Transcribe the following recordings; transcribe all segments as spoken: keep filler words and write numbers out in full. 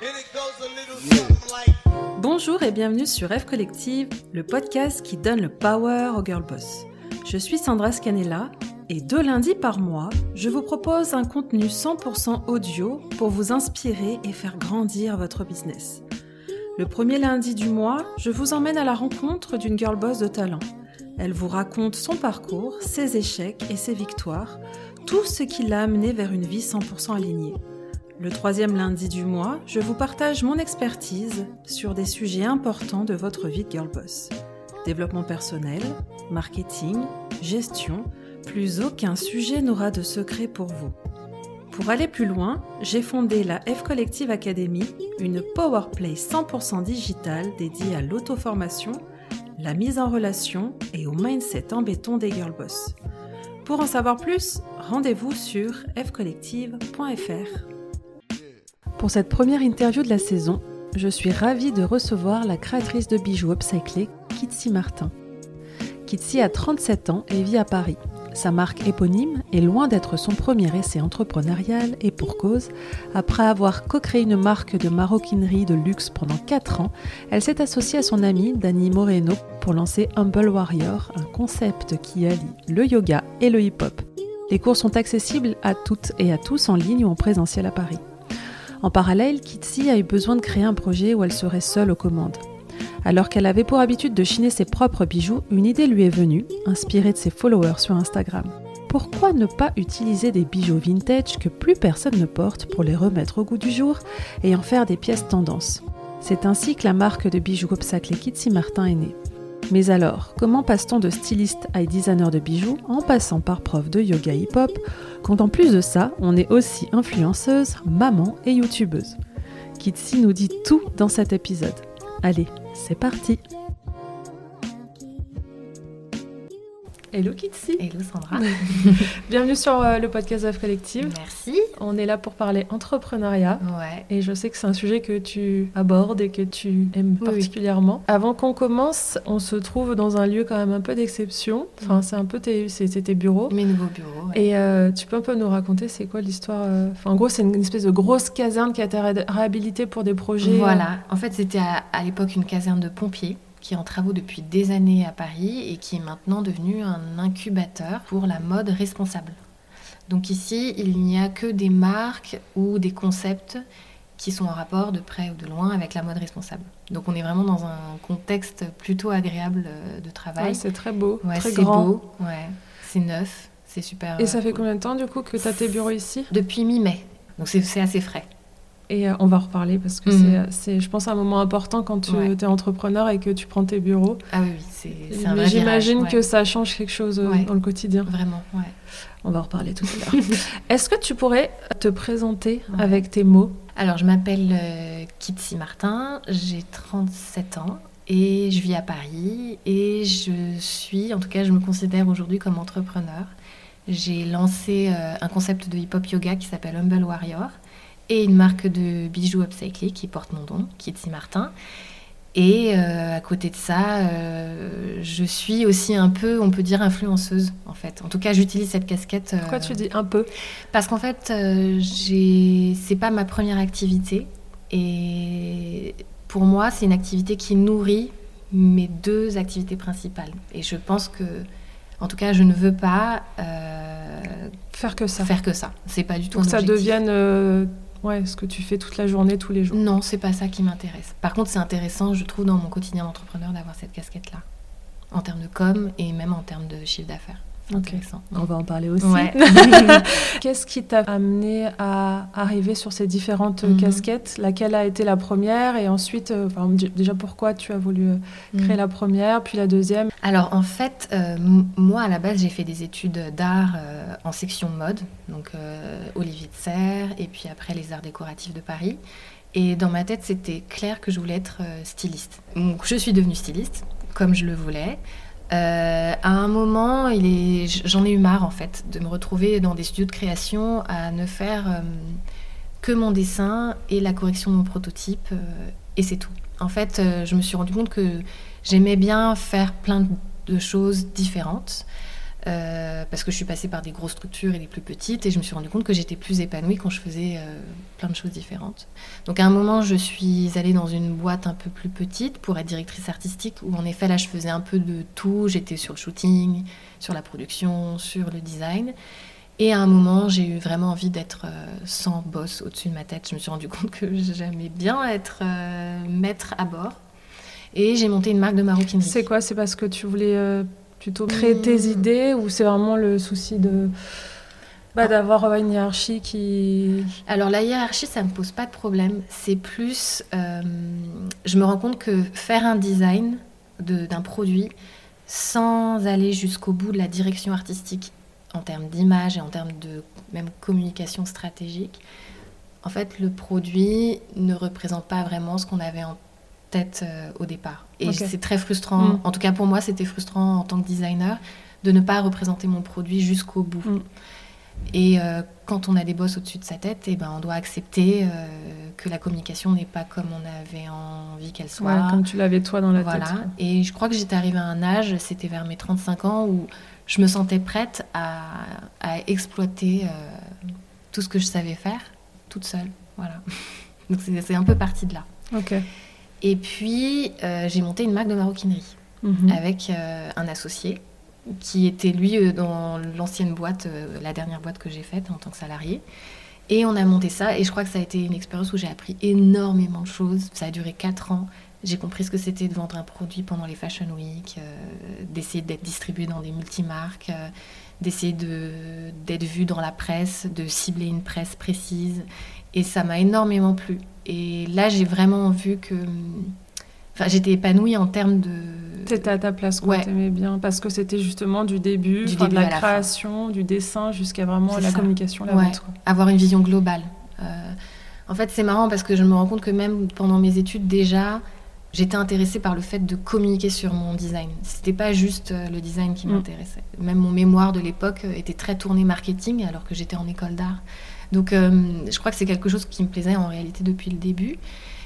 Bonjour et bienvenue sur F Collective, le podcast qui donne le power aux girl boss. Je suis Sandra Scanella et deux lundis par mois, je vous propose un contenu cent pour cent audio pour vous inspirer et faire grandir votre business. Le premier lundi du mois, je vous emmène à la rencontre d'une girl boss de talent. Elle vous raconte son parcours, ses échecs et ses victoires, tout ce qui l'a amenée vers une vie cent pour cent alignée. Le troisième lundi du mois, je vous partage mon expertise sur des sujets importants de votre vie de girl boss. Développement personnel, marketing, gestion, plus aucun sujet n'aura de secret pour vous. Pour aller plus loin, j'ai fondé la F Collective Academy, une powerplay cent pour cent digitale dédiée à l'auto-formation, la mise en relation et au mindset en béton des girl boss. Pour en savoir plus, rendez-vous sur f collective point f r. Pour cette première interview de la saison, je suis ravie de recevoir la créatrice de bijoux upcyclés, Kitsi Martin. Kitsi a trente-sept ans et vit à Paris. Sa marque éponyme est loin d'être son premier essai entrepreneurial et pour cause, après avoir co-créé une marque de maroquinerie de luxe pendant quatre ans, elle s'est associée à son amie Dani Moreno pour lancer Humble Warrior, un concept qui allie le yoga et le hip-hop. Les cours sont accessibles à toutes et à tous en ligne ou en présentiel à Paris. En parallèle, Kitsi a eu besoin de créer un projet où elle serait seule aux commandes. Alors qu'elle avait pour habitude de chiner ses propres bijoux, une idée lui est venue, inspirée de ses followers sur Instagram. Pourquoi ne pas utiliser des bijoux vintage que plus personne ne porte pour les remettre au goût du jour et en faire des pièces tendance ? C'est ainsi que la marque de bijoux upcyclés Kitsi Martin est née. Mais alors, comment passe-t-on de styliste à designer de bijoux en passant par prof de yoga hip-hop, quand en plus de ça, on est aussi influenceuse, maman et youtubeuse ? Kitsi nous dit tout dans cet épisode. Allez, c'est parti! Hello Kitsi! Hello Sandra! Bienvenue sur euh, le podcast F Collective. Merci! On est là pour parler entrepreneuriat. Ouais. Et je sais que c'est un sujet que tu abordes et que tu aimes oui, particulièrement. Oui. Avant qu'on commence, on se trouve dans un lieu quand même un peu d'exception. Enfin, c'est un peu tes, c'est, c'est tes bureaux. Mes nouveaux bureaux, ouais. Et euh, tu peux un peu nous raconter c'est quoi l'histoire euh... Enfin, en gros, c'est une espèce de grosse caserne qui a été ré- réhabilitée pour des projets. Voilà. Euh... En fait, c'était à, à l'époque une caserne de pompiers qui est en travaux depuis des années à Paris et qui est maintenant devenu un incubateur pour la mode responsable. Donc ici, il n'y a que des marques ou des concepts qui sont en rapport de près ou de loin avec la mode responsable. Donc on est vraiment dans un contexte plutôt agréable de travail. Ouais, c'est très beau, ouais, très c'est grand. Beau, ouais, c'est neuf, c'est super. Et ça fait cool. combien de temps du coup que tu as tes bureaux ici ? Depuis mi-mai, donc c'est, c'est assez frais. Et euh, on va en reparler parce que mmh. c'est, c'est, je pense, un moment important quand tu ouais. es entrepreneur et que tu prends tes bureaux. Ah oui, oui c'est, c'est un Mais vrai j'imagine virage, que ouais. ça change quelque chose euh, ouais. dans le quotidien. Vraiment, ouais. On va en reparler tout à l'heure. Est-ce que tu pourrais te présenter ouais. avec tes mots ? Alors, je m'appelle euh, Kitsi Martin, j'ai trente-sept ans et je vis à Paris et je suis, en tout cas, je me considère aujourd'hui comme entrepreneur. J'ai lancé euh, un concept de hip-hop yoga qui s'appelle Humble Warrior. Et une marque de bijoux upcyclés qui porte mon nom, Kitsi Martin. Et euh, à côté de ça, euh, je suis aussi un peu, on peut dire, influenceuse, en fait. En tout cas, j'utilise cette casquette. Euh, Pourquoi tu dis un peu ? Parce qu'en fait, euh, j'ai... c'est pas ma première activité. Et pour moi, c'est une activité qui nourrit mes deux activités principales. Et je pense que, en tout cas, je ne veux pas... Euh, faire que ça. Faire que ça. C'est pas du tout Pour un que objectif. ça devienne... Euh... Ouais, ce que tu fais toute la journée, tous les jours. Non, c'est pas ça qui m'intéresse. Par contre, c'est intéressant, je trouve, dans mon quotidien d'entrepreneur, d'avoir cette casquette-là. En termes de com et même en termes de chiffre d'affaires. C'est okay. intéressant. On va en parler aussi. Ouais. Qu'est-ce qui t'a amené à arriver sur ces différentes mm-hmm. casquettes ? Laquelle a été la première ? Et ensuite, euh, enfin, déjà, pourquoi tu as voulu créer mm. la première, puis la deuxième ? Alors, en fait, euh, m- moi, à la base, j'ai fait des études d'art euh, en section mode. Donc, euh, Olivier de Serres, et puis après, les arts décoratifs de Paris. Et dans ma tête, c'était clair que je voulais être euh, styliste. Donc, je suis devenue styliste, comme je le voulais. Euh, à un moment, il est... j'en ai eu marre en fait de me retrouver dans des studios de création à ne faire euh, que mon dessin et la correction de mon prototype euh, et c'est tout. En fait, euh, je me suis rendu compte que j'aimais bien faire plein de choses différentes Euh, parce que je suis passée par des grosses structures et des plus petites, et je me suis rendu compte que j'étais plus épanouie quand je faisais euh, plein de choses différentes. Donc à un moment, je suis allée dans une boîte un peu plus petite pour être directrice artistique, où en effet là, je faisais un peu de tout. J'étais sur le shooting, sur la production, sur le design. Et à un moment, j'ai eu vraiment envie d'être euh, sans boss au-dessus de ma tête. Je me suis rendu compte que j'aimais bien être euh, maître à bord. Et j'ai monté une marque de maroquinerie. C'est quoi ? C'est parce que tu voulais... Euh... plutôt créer tes idées, ou c'est vraiment le souci de bah, d'avoir une hiérarchie qui... Alors la hiérarchie, ça me pose pas de problème. C'est plus, euh, je me rends compte que faire un design de, d'un produit sans aller jusqu'au bout de la direction artistique en termes d'image et en termes de même communication stratégique, en fait le produit ne représente pas vraiment ce qu'on avait en tête euh, au départ. Et okay. c'est très frustrant. Mmh. En tout cas, pour moi, c'était frustrant en tant que designer de ne pas représenter mon produit jusqu'au bout. Mmh. Et euh, quand on a des boss au-dessus de sa tête, eh ben, on doit accepter euh, que la communication n'est pas comme on avait envie qu'elle soit. Ouais, comme tu l'avais toi dans la voilà. tête. Et je crois que j'étais arrivée à un âge, c'était vers mes trente-cinq ans, où je me sentais prête à, à exploiter euh, tout ce que je savais faire toute seule. Voilà. Donc c'est, c'est un peu parti de là. Ok. Et puis, euh, j'ai monté une marque de maroquinerie mmh. avec euh, un associé qui était, lui, euh, dans l'ancienne boîte, euh, la dernière boîte que j'ai faite en tant que salarié. Et on a monté ça. Et je crois que ça a été une expérience où j'ai appris énormément de choses. Ça a duré quatre ans. J'ai compris ce que c'était de vendre un produit pendant les Fashion Week, euh, d'essayer d'être distribué dans des multimarques, euh, d'essayer de, d'être vu dans la presse, de cibler une presse précise. Et ça m'a énormément plu. Et là, j'ai vraiment vu que... Enfin, j'étais épanouie en termes de... T'étais à ta place, quoi. Ouais. T'aimais bien. Parce que c'était justement du début, du début de la, la création, fin. Du dessin, jusqu'à vraiment c'est la ça. Communication, la ouais. vente. Quoi. Avoir une vision globale. Euh, en fait, c'est marrant parce que je me rends compte que même pendant mes études, déjà, j'étais intéressée par le fait de communiquer sur mon design. C'était pas juste le design qui m'intéressait. Mmh. Même mon mémoire de l'époque était très tourné marketing, alors que j'étais en école d'art. Donc, euh, je crois que c'est quelque chose qui me plaisait en réalité depuis le début.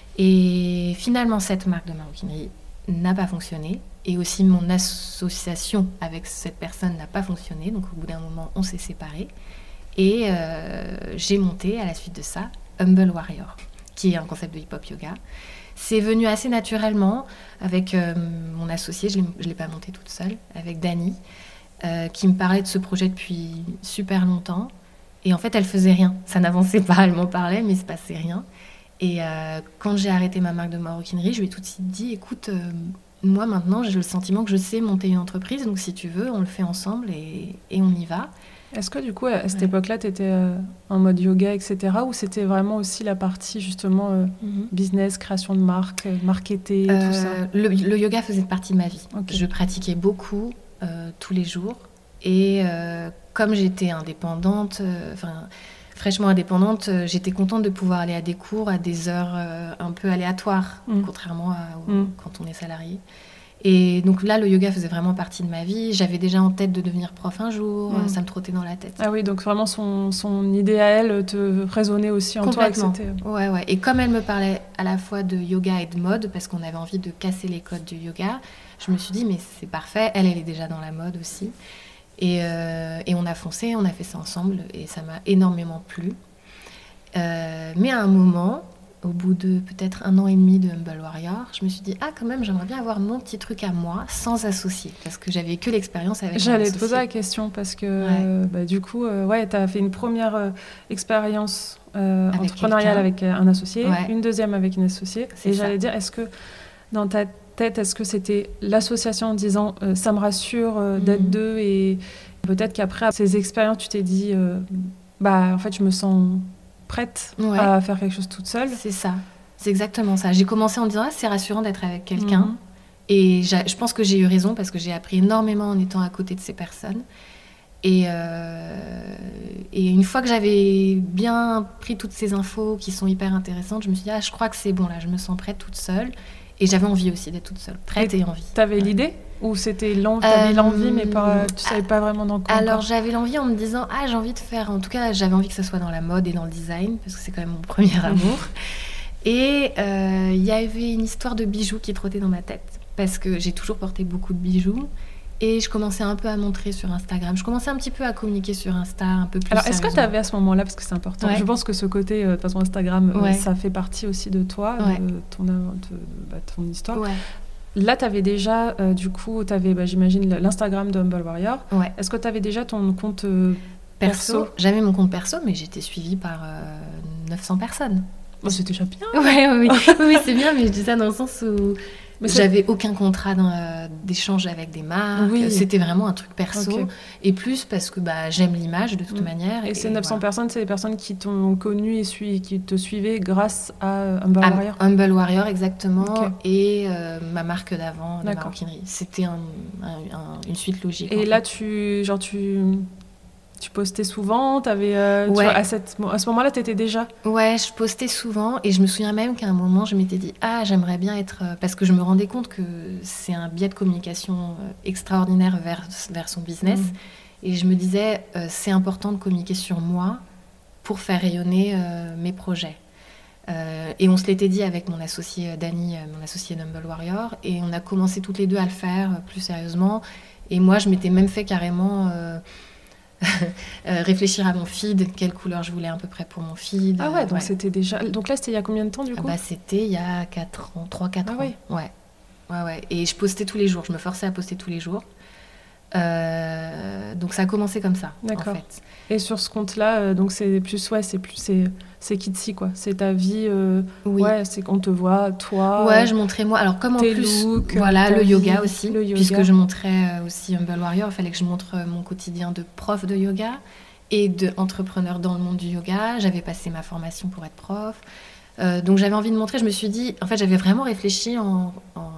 Et finalement, cette marque de maroquinerie n'a pas fonctionné. Et aussi, mon association avec cette personne n'a pas fonctionné. Donc, au bout d'un moment, on s'est séparés. Et euh, j'ai monté, à la suite de ça, Humble Warrior, qui est un concept de hip-hop yoga. C'est venu assez naturellement avec euh, mon associé. Je ne l'ai pas monté toute seule, avec Dani, euh, qui me parlait de ce projet depuis super longtemps. Et en fait, elle faisait rien. Ça n'avançait pas, elle m'en parlait, mais il ne se passait rien. Et euh, quand j'ai arrêté ma marque de maroquinerie, je lui ai tout de suite dit, écoute, euh, moi maintenant, j'ai le sentiment que je sais monter une entreprise, donc si tu veux, on le fait ensemble et, et on y va. Est-ce que du coup, à cette ouais. époque-là, tu étais euh, en mode yoga, et cetera, ou c'était vraiment aussi la partie justement euh, mm-hmm. business, création de marque, euh, marketer, euh, tout ça le, le yoga faisait partie de ma vie. Okay. Je pratiquais beaucoup, euh, tous les jours. Et euh, comme j'étais indépendante, enfin euh, fraîchement indépendante, euh, j'étais contente de pouvoir aller à des cours à des heures euh, un peu aléatoires, mmh. contrairement à au, mmh. quand on est salarié. Et donc là, le yoga faisait vraiment partie de ma vie. J'avais déjà en tête de devenir prof un jour, mmh. ça me trottait dans la tête. Ah oui, donc vraiment son, son idée à elle te résonnait aussi en toi. Complètement. Ouais, ouais. Et comme elle me parlait à la fois de yoga et de mode, parce qu'on avait envie de casser les codes du yoga, je me suis dit, mais c'est parfait, elle, elle est déjà dans la mode aussi. Et, euh, et on a foncé, on a fait ça ensemble et ça m'a énormément plu. Euh, mais à un moment, au bout de peut-être un an et demi de Humble Warrior, je me suis dit, ah quand même, j'aimerais bien avoir mon petit truc à moi sans associé. Parce que j'avais que l'expérience avec J'allais un associé. te poser la question parce que ouais. euh, bah, du coup, euh, ouais, tu as fait une première euh, expérience euh, avec entrepreneuriale quelqu'un. Avec un associé, ouais. une deuxième avec une associée. C'est et ça. J'allais dire, est-ce que dans ta tête, est-ce que c'était l'association en disant euh, ça me rassure euh, d'être mmh. deux et peut-être qu'après ces expériences tu t'es dit euh, bah en fait je me sens prête ouais. à faire quelque chose toute seule. C'est ça, c'est exactement ça. J'ai commencé en disant ah, c'est rassurant d'être avec quelqu'un mmh. et je pense que j'ai eu raison parce que j'ai appris énormément en étant à côté de ces personnes. Et, euh, et une fois que j'avais bien pris toutes ces infos qui sont hyper intéressantes, je me suis dit ah je crois que c'est bon là, je me sens prête toute seule. Et j'avais envie aussi d'être toute seule, prête et, et envie. T'avais ouais. l'idée ou c'était l'envie, t'avais euh, l'envie mais pas, tu savais pas vraiment dans quoi Alors encore. J'avais l'envie en me disant ah j'ai envie de faire, en tout cas j'avais envie que ça soit dans la mode et dans le design parce que c'est quand même mon premier amour. Et il euh, y avait une histoire de bijoux qui trottait dans ma tête parce que j'ai toujours porté beaucoup de bijoux Et je commençais un peu à montrer sur Instagram. Je commençais un petit peu à communiquer sur Insta, un peu plus Alors, est-ce que tu sérieusement. avais à ce moment-là, parce que c'est important, Ouais. je pense que ce côté, euh, de toute façon, Instagram, euh, Ouais. ça fait partie aussi de toi, Ouais. de ton, de, bah, ton histoire. Ouais. Là, tu avais déjà, euh, du coup, tu avais, bah, j'imagine, l'Instagram de Humble Warrior. Ouais. Est-ce que tu avais déjà ton compte euh, Perso, perso j'avais mon compte perso, mais j'étais suivie par euh, neuf cents personnes. Oh, c'était déjà bien. Ouais, oui, oui, oui, c'est bien, mais je dis ça dans le sens où Mais c'est- j'avais aucun contrat dans, euh, d'échange avec des marques. Oui. C'était vraiment un truc perso. Ok. Et plus parce que bah, j'aime l'image de toute Mm. manière. Et ces neuf cents voilà. personnes, c'est des personnes qui t'ont connu et sui- qui te suivaient grâce à Humble Ah, Warrior. Humble Warrior, exactement. Ok. Et euh, ma marque d'avant, de D'accord. maroquinerie. C'était un- un- un- une suite logique. Et en là, fait. tu, genre, tu, tu postais souvent, t'avais, euh, tu Ouais. vois, à, cette, à ce moment-là, tu étais déjà. Ouais, je postais souvent et je me souviens même qu'à un moment, je m'étais dit « Ah, j'aimerais bien être... » Parce que je me rendais compte que c'est un biais de communication euh, extraordinaire vers, vers son business. Mm. Et je me disais euh, « C'est important de communiquer sur moi pour faire rayonner euh, mes projets. Euh, » Et on se l'était dit avec mon associé euh, Dany, euh, mon associé d'Humble Warrior. Et on a commencé toutes les deux à le faire euh, plus sérieusement. Et moi, je m'étais même fait carrément... euh, Euh, réfléchir à mon feed, quelle couleur je voulais à peu près pour mon feed. Ah ouais, euh, donc c'était déjà. Donc là, c'était il y a combien de temps du Ah coup bah, c'était il y a quatre ans, trois quatre Ah ans. oui. Ouais. Ouais, ouais. Et je postais tous les jours, je me forçais à poster tous les jours. Euh, donc ça a commencé comme ça, D'accord. en fait. Et sur ce compte-là, euh, donc c'est plus, ouais, c'est plus, c'est, c'est Kitsy quoi. C'est ta vie. euh, Oui. Ouais, c'est qu'on te voit, toi. Ouais, euh, je montrais moi. Alors comme en tes plus, looks, voilà, ta le vie, yoga aussi, le yoga. puisque je montrais euh, aussi Humble Warrior, il fallait que je montre euh, mon quotidien de prof de yoga et d'entrepreneur dans le monde du yoga. J'avais passé ma formation pour être prof. Euh, donc j'avais envie de montrer, je me suis dit, en fait j'avais vraiment réfléchi en, en,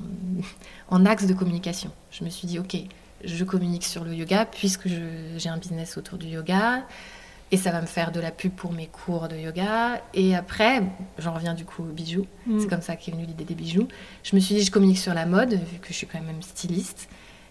en axe de communication. Je me suis dit, ok, je communique sur le yoga puisque je, j'ai un business autour du yoga et ça va me faire de la pub pour mes cours de yoga. Et après, j'en reviens du coup aux bijoux. Mm. C'est comme ça qu'est venue l'idée des bijoux. Je me suis dit, je communique sur la mode vu que je suis quand même styliste.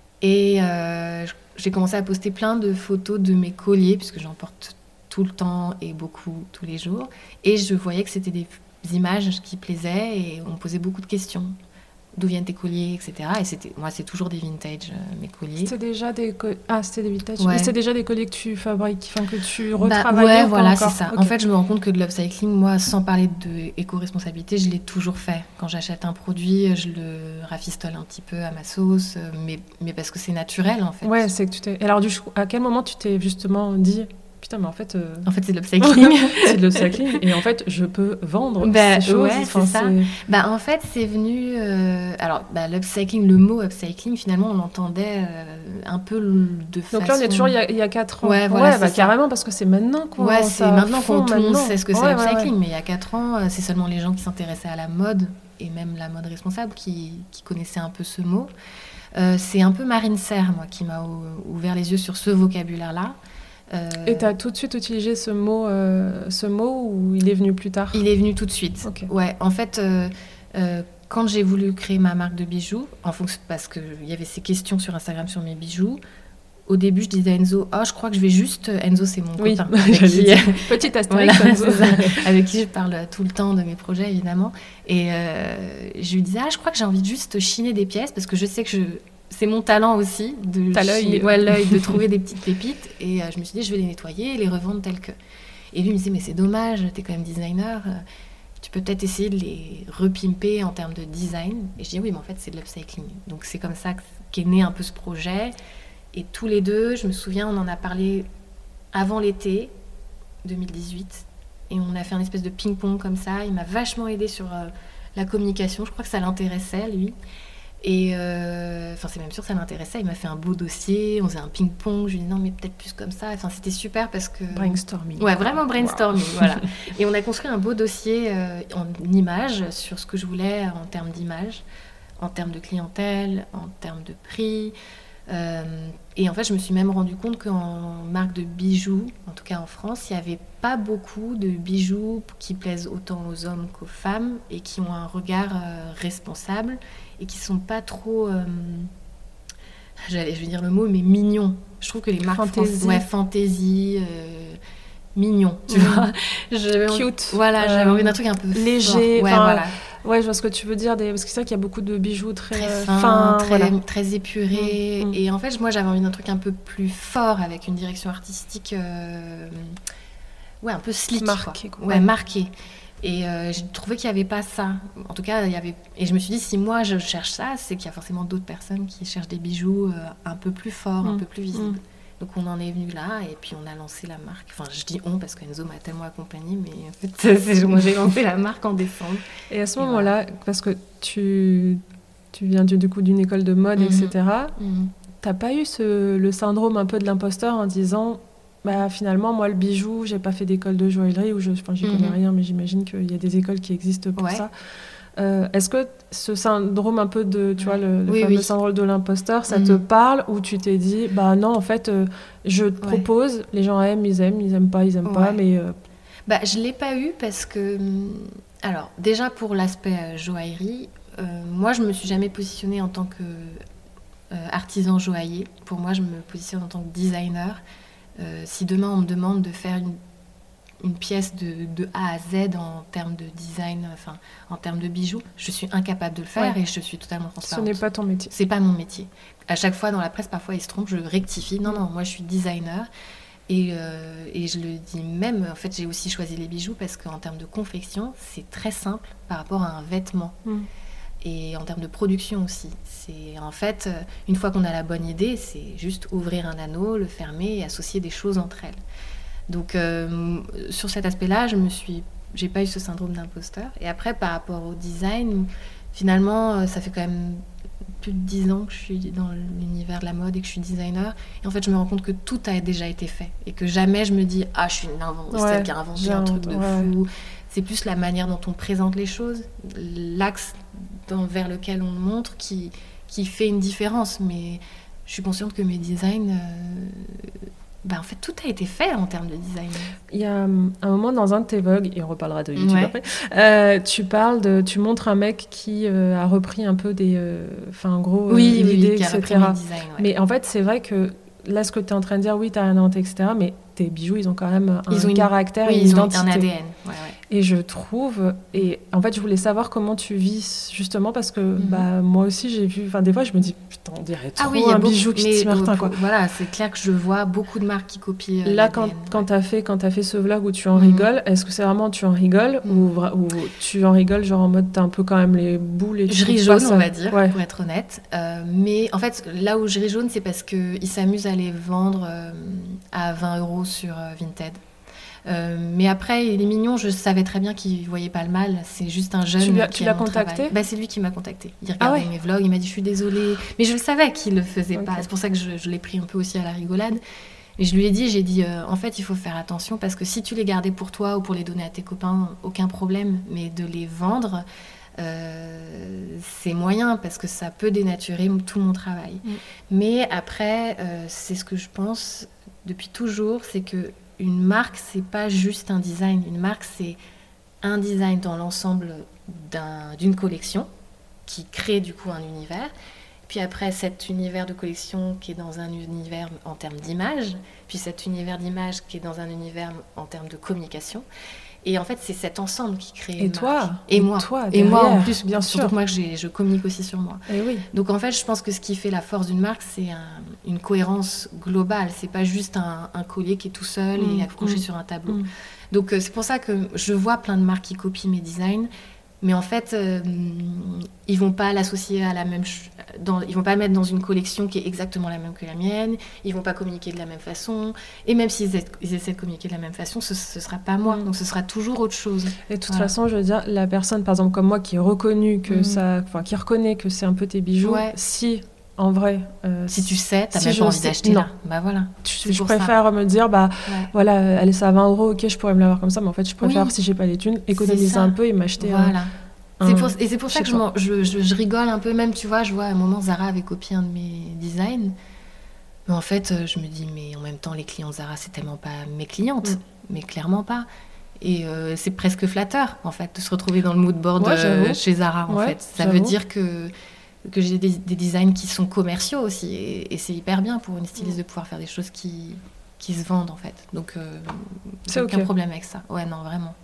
Et euh, j'ai commencé à poster plein de photos de mes colliers puisque j'en porte tout le temps et beaucoup tous les jours. Et je voyais que c'était des images qui plaisaient et on me posait beaucoup de questions. D'où viennent tes colliers, et cetera. Et c'était, moi, c'est toujours des vintage, euh, mes colliers. C'était déjà des co- ah c'était des vintage. Ouais. Mais c'était déjà des colliers que tu fabriques, enfin que tu Bah, retravailles. ouais, ou pas voilà, encore c'est ça. Ok. En fait, je me rends compte que de l'upcycling, moi, sans parler de éco-responsabilité, je l'ai toujours fait. Quand j'achète un produit, je le rafistole un petit peu à ma sauce, euh, mais, mais parce que c'est naturel, en fait. Ouais, c'est que tu t'es. Alors du coup, à quel moment tu t'es justement dit putain mais en fait. euh, En fait, c'est de l'upcycling. c'est de l'upcycling et en fait je peux vendre Bah, ces choses. ouais, Enfin, c'est ça. Bah, en fait, c'est venu... euh, Alors, bah, l'upcycling, le mot upcycling, finalement, on l'entendait euh, un peu de façon... Donc là, on est toujours il y a, il y a quatre ans. Ouais, voilà, bah, c'est ça. carrément, parce que c'est maintenant qu'on Ouais, ça c'est maintenant fond, qu'on tout le monde maintenant. sait ce que c'est Ouais, ouais, l'upcycling, ouais. mais il y a quatre ans, euh, c'est seulement les gens qui s'intéressaient à la mode, et même la mode responsable, qui, qui connaissaient un peu ce mot. Euh, c'est un peu Marine Serre, moi, qui m'a ou- ouvert les yeux sur ce vocabulaire-là. Euh, Et tu as tout de suite utilisé ce mot, euh, ce mot ou il est venu plus tard? Il est venu tout de suite. Ok. Ouais, en fait, euh, euh, quand j'ai voulu créer ma marque de bijoux, en fonction, parce qu'il y avait ces questions sur Instagram sur mes bijoux, au début, je disais à Enzo, oh, je crois que je vais juste... Enzo, c'est mon Oui, copain. Avec j'allais qui... dire. Petit astérix. Voilà, Enzo. c'est ça. Avec qui je parle tout le temps de mes projets, évidemment. Et euh, je lui disais, ah, je crois que j'ai envie de juste chiner des pièces, parce que je sais que je... c'est mon talent aussi, de T'as l'œil. chiner- ouais, l'œil, de trouver des petites pépites. Et euh, je me suis dit, je vais les nettoyer et les revendre telles que. Et lui, il me disait, mais c'est dommage, t'es quand même designer, euh, tu peux peut-être essayer de les repimper en termes de design. Et je dis, oui, mais en fait, c'est de l'upcycling. Donc c'est comme ça qu'est né un peu ce projet. Et tous les deux, je me souviens, on en a parlé avant l'été deux mille dix-huit. Et on a fait un espèce de ping-pong comme ça. Il m'a vachement aidé sur euh, la communication. Je crois que ça l'intéressait, lui. Et euh, enfin, c'est même sûr que ça l'intéressait. Il m'a fait un beau dossier. On faisait un ping-pong. Je lui ai dit non, mais peut-être plus comme ça. Enfin, c'était super parce que... Brainstorming. Ouais, vraiment brainstorming, voilà. Et on a construit un beau dossier euh, en images sur ce que je voulais en termes d'image, en termes de clientèle, en termes de prix. Euh, et en fait, je me suis même rendu compte qu'en marque de bijoux, en tout cas en France, il n'y avait pas beaucoup de bijoux qui plaisent autant aux hommes qu'aux femmes et qui ont un regard euh, responsable et qui sont pas trop, euh, j'allais, je vais dire le mot, mais mignons. Je trouve que les marques Fantaisie. françaises, ouais, fantaisie, euh, mignon, tu Mhm. vois. J'avais envie- Cute. Voilà, Euh, j'avais envie d'un truc un peu léger, fort. Ouais, enfin, voilà. Ouais, je vois ce que tu veux dire, des... parce que c'est vrai qu'il y a beaucoup de bijoux très, très euh, fins, fins, très, voilà. très épurés. Mmh. Et en fait, moi, j'avais envie d'un truc un peu plus fort, avec une direction artistique, euh... ouais, un peu slick, marqué, quoi. quoi. Ouais, marqué. Et euh, j'ai trouvé qu'il n'y avait pas ça. En tout cas, il y avait... Et je me suis dit, si moi, je cherche ça, c'est qu'il y a forcément d'autres personnes qui cherchent des bijoux euh, un peu plus forts, mmh. un peu plus visibles. Mmh. Donc on en est venu là et puis on a lancé la marque. Enfin, je dis on parce qu'Enzo m'a tellement accompagnée, mais en fait, c'est, moi j'ai lancé la marque en décembre. Et à ce et moment-là, voilà. Parce que tu, tu viens du, du coup d'une école de mode, mmh. et cetera, mmh. t'as pas eu ce, le syndrome un peu de l'imposteur en disant, bah finalement moi le bijou, j'ai pas fait d'école de joaillerie, ou je, enfin j'y mmh. connais rien, mais j'imagine qu'il y a des écoles qui existent pour ouais. ça. Euh, est-ce que ce syndrome un peu de, tu ouais. vois, le, le oui, fameux oui. syndrome de l'imposteur, ça mmh. te parle, ou tu t'es dit, bah non, en fait, euh, je te ouais. propose, les gens aiment, ils aiment, ils aiment pas, ils aiment ouais. pas, mais... Euh... Bah, je l'ai pas eu parce que... Alors, déjà pour l'aspect euh, joaillerie, euh, moi, je me suis jamais positionnée en tant que euh, artisan joaillier. Pour moi, je me positionne en tant que designer. Euh, si demain, on me demande de faire une une pièce de, de A à Z en termes de design, enfin, en termes de bijoux, je suis incapable de le faire ouais. et je suis totalement transparente. Ce n'est pas ton métier. C'est pas mon métier. À chaque fois, dans la presse, parfois, ils se trompent, je rectifie. Non, non, moi, je suis designer. Et, euh, et je le dis même, en fait, j'ai aussi choisi les bijoux parce qu'en termes de confection, c'est très simple par rapport à un vêtement. Mm. Et en termes de production aussi. C'est, en fait, une fois qu'on a la bonne idée, c'est juste ouvrir un anneau, le fermer et associer des choses entre elles. Donc, euh, sur cet aspect-là, je me suis, j'ai pas eu ce syndrome d'imposteur. Et après, par rapport au design, finalement, ça fait quand même plus de dix ans que je suis dans l'univers de la mode et que je suis designer. Et en fait, je me rends compte que tout a déjà été fait. Et que jamais je me dis « Ah, je suis une invent- ouais, celle qui a inventé un truc de ouais. fou ». C'est plus la manière dont on présente les choses, l'axe dans, vers lequel on montre qui, qui fait une différence. Mais je suis consciente que mes designs... Euh, Ben, en fait, tout a été fait en termes de design. Il y a un moment dans un de tes vlogs, et on reparlera de YouTube ouais. après, euh, tu parles de, tu montres un mec qui euh, a repris un peu des, enfin euh, en gros, oui, euh, l'idée, oui, qui a et cetera. Repris mes designs, ouais. Mais en fait, c'est vrai que là, ce que tu es en train de dire, oui, tu as rien inventé, et cetera. Mais tes bijoux, ils ont quand même un ils ont caractère, une... oui, et une ils identité. Ont un A D N. Ouais, ouais. Et je trouve, et en fait, je voulais savoir comment tu vis justement parce que mm-hmm. bah moi aussi j'ai vu, enfin des fois je me dis putain on dirait trop ah oui, un beaucoup, bijou qui te Martin quoi. Voilà, c'est clair que je vois beaucoup de marques qui copient. Là quand quand t'as fait quand t'as fait ce vlog où tu en mm-hmm. rigoles, est-ce que c'est vraiment tu en rigoles mm-hmm. ou, ou tu en rigoles genre en mode t'as un peu quand même les boules et je ris jaune on va dire ouais. pour être honnête, euh, mais en fait là où je ris jaune c'est parce que ils s'amusent à les vendre euh, à vingt euros sur euh, Vinted. Euh, mais après, il est mignon, je savais très bien qu'il ne voyait pas le mal, c'est juste un jeune tu l'as, qui tu l'as contacté bah, c'est lui qui m'a contacté. Il regardait ah ouais. mes vlogs, il m'a dit je suis désolée, mais je le savais qu'il ne le faisait okay. pas, c'est pour ça que je, je l'ai pris un peu aussi à la rigolade. Et je lui ai dit, j'ai dit, euh, en fait, il faut faire attention parce que si tu les gardais pour toi ou pour les donner à tes copains, aucun problème, mais de les vendre, euh, c'est moyen parce que ça peut dénaturer tout mon travail. Mm. Mais après, euh, c'est ce que je pense depuis toujours, c'est que une marque, c'est pas juste un design. Une marque, c'est un design dans l'ensemble d'un, d'une collection qui crée du coup un univers. Puis après, cet univers de collection qui est dans un univers en termes d'image. Puis cet univers d'image qui est dans un univers en termes de communication. Et en fait, c'est cet ensemble qui crée une et toi, marque. Et, et moi. Toi, et moi, en plus, bien sûr. Surtout moi, j'ai, je communique aussi sur moi. Et oui. Donc en fait, je pense que ce qui fait la force d'une marque, c'est un, une cohérence globale. C'est pas juste un, un collier qui est tout seul mmh, et accroché mmh, sur un tableau. Mmh. Donc euh, c'est pour ça que je vois plein de marques qui copient mes designs. Mais en fait, euh, ils vont pas l'associer à la même... Ch- dans, ils vont pas le mettre dans une collection qui est exactement la même que la mienne. Ils vont pas communiquer de la même façon. Et même s'ils essaient, ils essaient de communiquer de la même façon, ce, ce sera pas moi. Donc ce sera toujours autre chose. Et de toute voilà. façon, je veux dire, la personne, par exemple, comme moi, qui est reconnue que mmh. ça... Enfin, qui reconnaît que c'est un peu tes bijoux, ouais. si... En vrai, euh, si tu sais, t'as si même pas envie sais, d'acheter non. là. Bah voilà. Je, je préfère ça. me dire, bah ouais. voilà, elle est à vingt euros, ok, je pourrais me l'avoir comme ça, mais en fait, je préfère, oui. si j'ai pas les thunes, économiser un peu et m'acheter. Voilà. Un, c'est un, pour, et c'est pour ça que je, je, je, je rigole un peu, même, tu vois, je vois à un moment Zara avait copié un de mes designs, mais en fait, je me dis, mais en même temps, les clients Zara, c'est tellement pas mes clientes, mm. mais clairement pas. Et euh, c'est presque flatteur, en fait, de se retrouver dans le mood board ouais, euh, chez Zara, en ouais, fait. Ça j'avoue. veut dire que. que j'ai des, des designs qui sont commerciaux aussi et, et c'est hyper bien pour une styliste de pouvoir faire des choses qui, qui se vendent en fait donc euh, c'est aucun okay. problème avec ça ouais non vraiment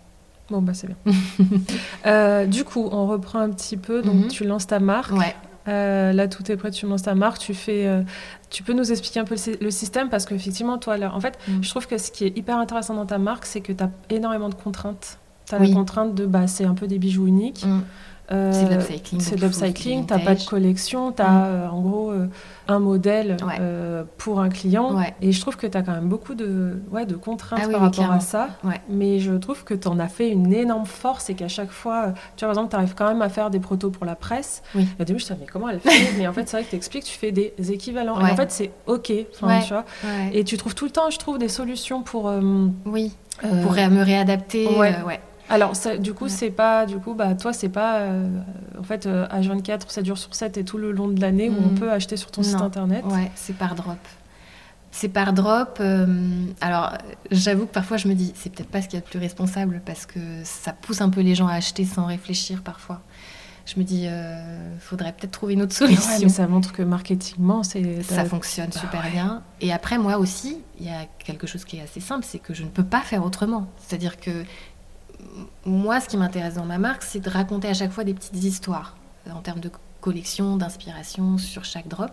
Bon, bah c'est bien. euh, du coup, on reprend un petit peu. Donc, mm-hmm. tu lances ta marque. Ouais. Euh, là, tout est prêt, tu lances ta marque. Tu fais. Euh, tu peux nous expliquer un peu le, le système parce qu'effectivement, toi, là, en fait, mm. je trouve que ce qui est hyper intéressant dans ta marque, c'est que tu as énormément de contraintes. Tu as oui. la contrainte de. Bah, c'est un peu des bijoux uniques. Mm. Euh, c'est de l'upcycling. C'est de l'upcycling, t'as pas de collection, t'as mm. euh, en gros euh, un modèle ouais. euh, pour un client. Ouais. Et je trouve que t'as quand même beaucoup de, ouais, de contraintes ah, oui, par rapport clairement. à ça. Ouais. Mais je trouve que t'en as fait une énorme force et qu'à chaque fois, tu vois, par exemple, t'arrives quand même à faire des protos pour la presse. Oui. Au début, je me disais, mais comment elle fait? Mais en fait, c'est vrai que t'expliques, tu fais des équivalents. Ouais. Et en fait, c'est OK. Ouais. Tu vois. Ouais. Et tu trouves tout le temps, je trouve, des solutions pour. Euh, oui. Euh, pour ré- me réadapter. Ouais. Euh, ouais. Alors, ça, du coup, ouais. c'est pas, du coup, bah, toi, c'est pas, euh, en fait, euh, H vingt-quatre, sept jours sur sept et tout le long de l'année mmh. où on peut acheter sur ton non. site internet. Ouais, c'est par drop. C'est par drop. Euh, alors, j'avoue que parfois, je me dis, c'est peut-être pas ce qu'il y a de plus responsable parce que ça pousse un peu les gens à acheter sans réfléchir parfois. Je me dis, euh, faudrait peut-être trouver une autre solution. Ouais, mais ça montre que marketingement, c'est... ça fonctionne bah, super ouais. bien. Et après, moi aussi, il y a quelque chose qui est assez simple, c'est que je ne peux pas faire autrement. C'est-à-dire que moi, ce qui m'intéresse dans ma marque, c'est de raconter à chaque fois des petites histoires en termes de collection, d'inspiration sur chaque drop.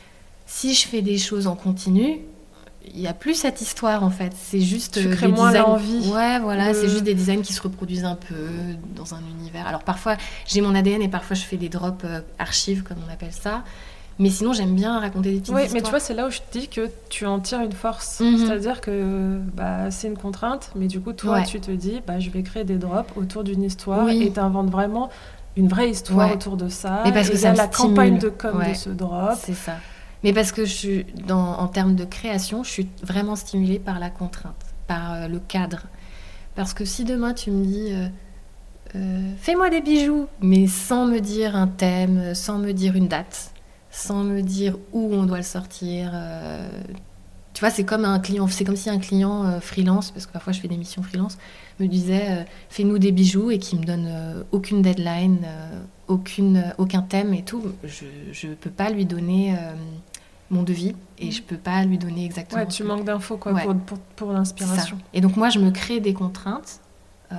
Si je fais des choses en continu, il n'y a plus cette histoire en fait. C'est juste tu des crées moins designs. L'envie. Ouais, voilà, de... c'est juste des designs qui se reproduisent un peu dans un univers. Alors parfois, j'ai mon A D N et parfois je fais des drops euh, archives comme on appelle ça. Mais sinon, j'aime bien raconter des petites oui, histoires. Mais tu vois, c'est là où je te dis que tu en tires une force. Mm-hmm. C'est-à-dire que bah, c'est une contrainte, mais du coup, toi, ouais. tu te dis, bah, je vais créer des drops autour d'une histoire oui. et tu inventes vraiment une vraie histoire ouais. autour de ça. Mais parce et que il ça y a me la stimule. Campagne de com ouais. de ce drop. C'est ça. Mais parce que je suis dans, en termes de création, je suis vraiment stimulée par la contrainte, par euh, le cadre. Parce que si demain, tu me dis... Euh, euh, fais-moi des bijoux, mais sans me dire un thème, sans me dire une date... sans me dire où on doit le sortir. Euh, tu vois, c'est comme un client, c'est comme si un client euh, freelance, parce que parfois je fais des missions freelance, me disait euh, fais-nous des bijoux et qui me donne euh, aucune deadline, euh, aucune, euh, aucun thème et tout. Je ne peux pas lui donner euh, mon devis et je ne peux pas lui donner exactement. Ouais, tu manques d'infos quoi, ouais. pour, pour, pour l'inspiration. Et donc moi, je me crée des contraintes euh,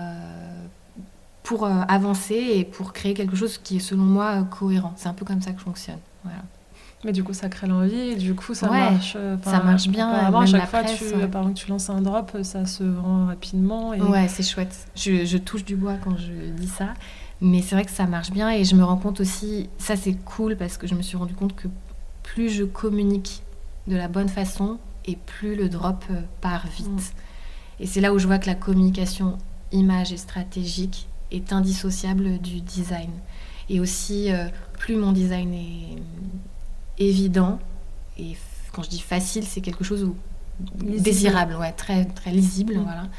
pour euh, avancer et pour créer quelque chose qui est selon moi euh, cohérent. C'est un peu comme ça que je fonctionne. Voilà. Mais du coup, ça crée l'envie et du coup, ça ouais, marche. Ça marche bien. Apparemment, à chaque fois, presse, tu, ouais. par exemple, tu lances un drop, ça se vend rapidement. Et... Ouais, c'est chouette. Je, je touche du bois quand je dis ça. Mais c'est vrai que ça marche bien et je me rends compte aussi, ça c'est cool parce que je me suis rendu compte que plus je communique de la bonne façon et plus le drop part vite. Mm. Et c'est là où je vois que la communication image et stratégique est indissociable du design. Et aussi, euh, plus mon design est évident, et f- quand je dis facile, c'est quelque chose où lisible. Désirable, ouais, très, très lisible, mmh. voilà.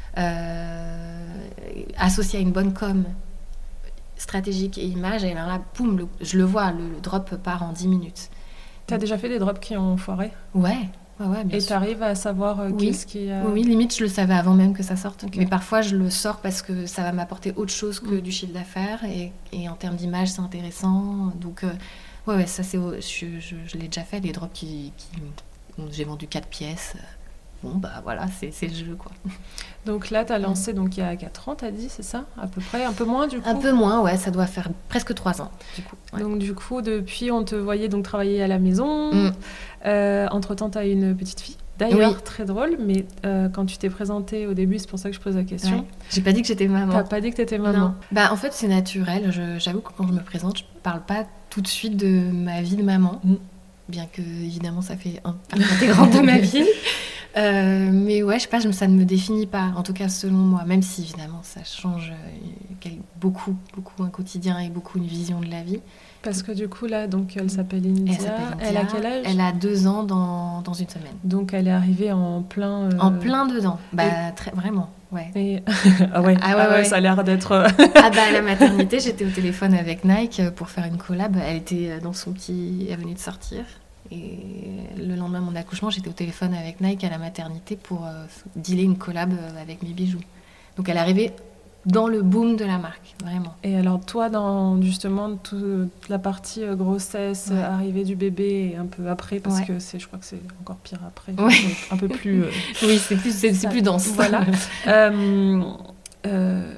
Euh, associé à une bonne com stratégique et image, et là, boum, le, je le vois, le, le drop part en dix minutes. T'as déjà fait des drops qui ont foiré ? Ouais. Ouais, ouais, bien et sûr. t'arrives à savoir euh, oui. qu'est-ce qui... Euh... Oui, limite, je le savais avant même que ça sorte. Okay. Mais parfois, je le sors parce que ça va m'apporter autre chose que mmh. du chiffre d'affaires. Et, et en termes d'image, c'est intéressant. Donc, euh, ouais, ouais, ça, c'est, je, je, je l'ai déjà fait, des drops qui... qui bon, j'ai vendu quatre pièces. Bon, bah voilà, c'est, c'est le jeu, quoi. Donc là, t'as lancé donc, il y a quatre ans, t'as dit, c'est ça ? À peu près ? Un peu moins, du coup ? Un peu moins, ouais, ça doit faire presque trois ans, du coup. Ouais. Donc, du coup, depuis, on te voyait donc travailler à la maison. Mmh. Euh, entre-temps, t'as une petite fille. D'ailleurs, oui. très drôle, mais euh, quand tu t'es présentée au début, c'est pour ça que je pose la question. Ouais. J'ai pas dit que j'étais maman. T'as pas dit que t'étais maman. Non. Bah, en fait, c'est naturel. Je, j'avoue que quand je me présente, je parle pas tout de suite de ma vie de maman. Mmh. Bien que, évidemment, ça fait un partie intégrante de ma vie. Euh, mais ouais, je sais pas, ça ne me définit pas, en tout cas selon moi, même si évidemment ça change euh, beaucoup, beaucoup un quotidien et beaucoup une vision de la vie. Parce que du coup là, donc elle s'appelle India. Elle, s'appelle India. Elle a quel âge ? Elle a deux ans dans, dans une semaine. Donc elle est arrivée en plein... Euh... En plein dedans, bah et... très, vraiment, ouais. Et... ah ouais, ah ouais, ah ouais, ouais. Ça a l'air d'être... ah bah à la maternité, j'étais au téléphone avec Nike pour faire une collab, elle était dans son petit... Elle venait de sortir. Et le lendemain de mon accouchement, j'étais au téléphone avec Nike à la maternité pour euh, dealer une collab avec mes bijoux. Donc elle est arrivée dans le boom de la marque, vraiment. Et alors toi, dans justement toute la partie euh, grossesse, ouais. arrivée du bébé et un peu après, parce ouais. que c'est, je crois que c'est encore pire après, ouais. un peu plus... Euh, oui, c'est plus, c'est, c'est plus dense. Voilà. euh, euh,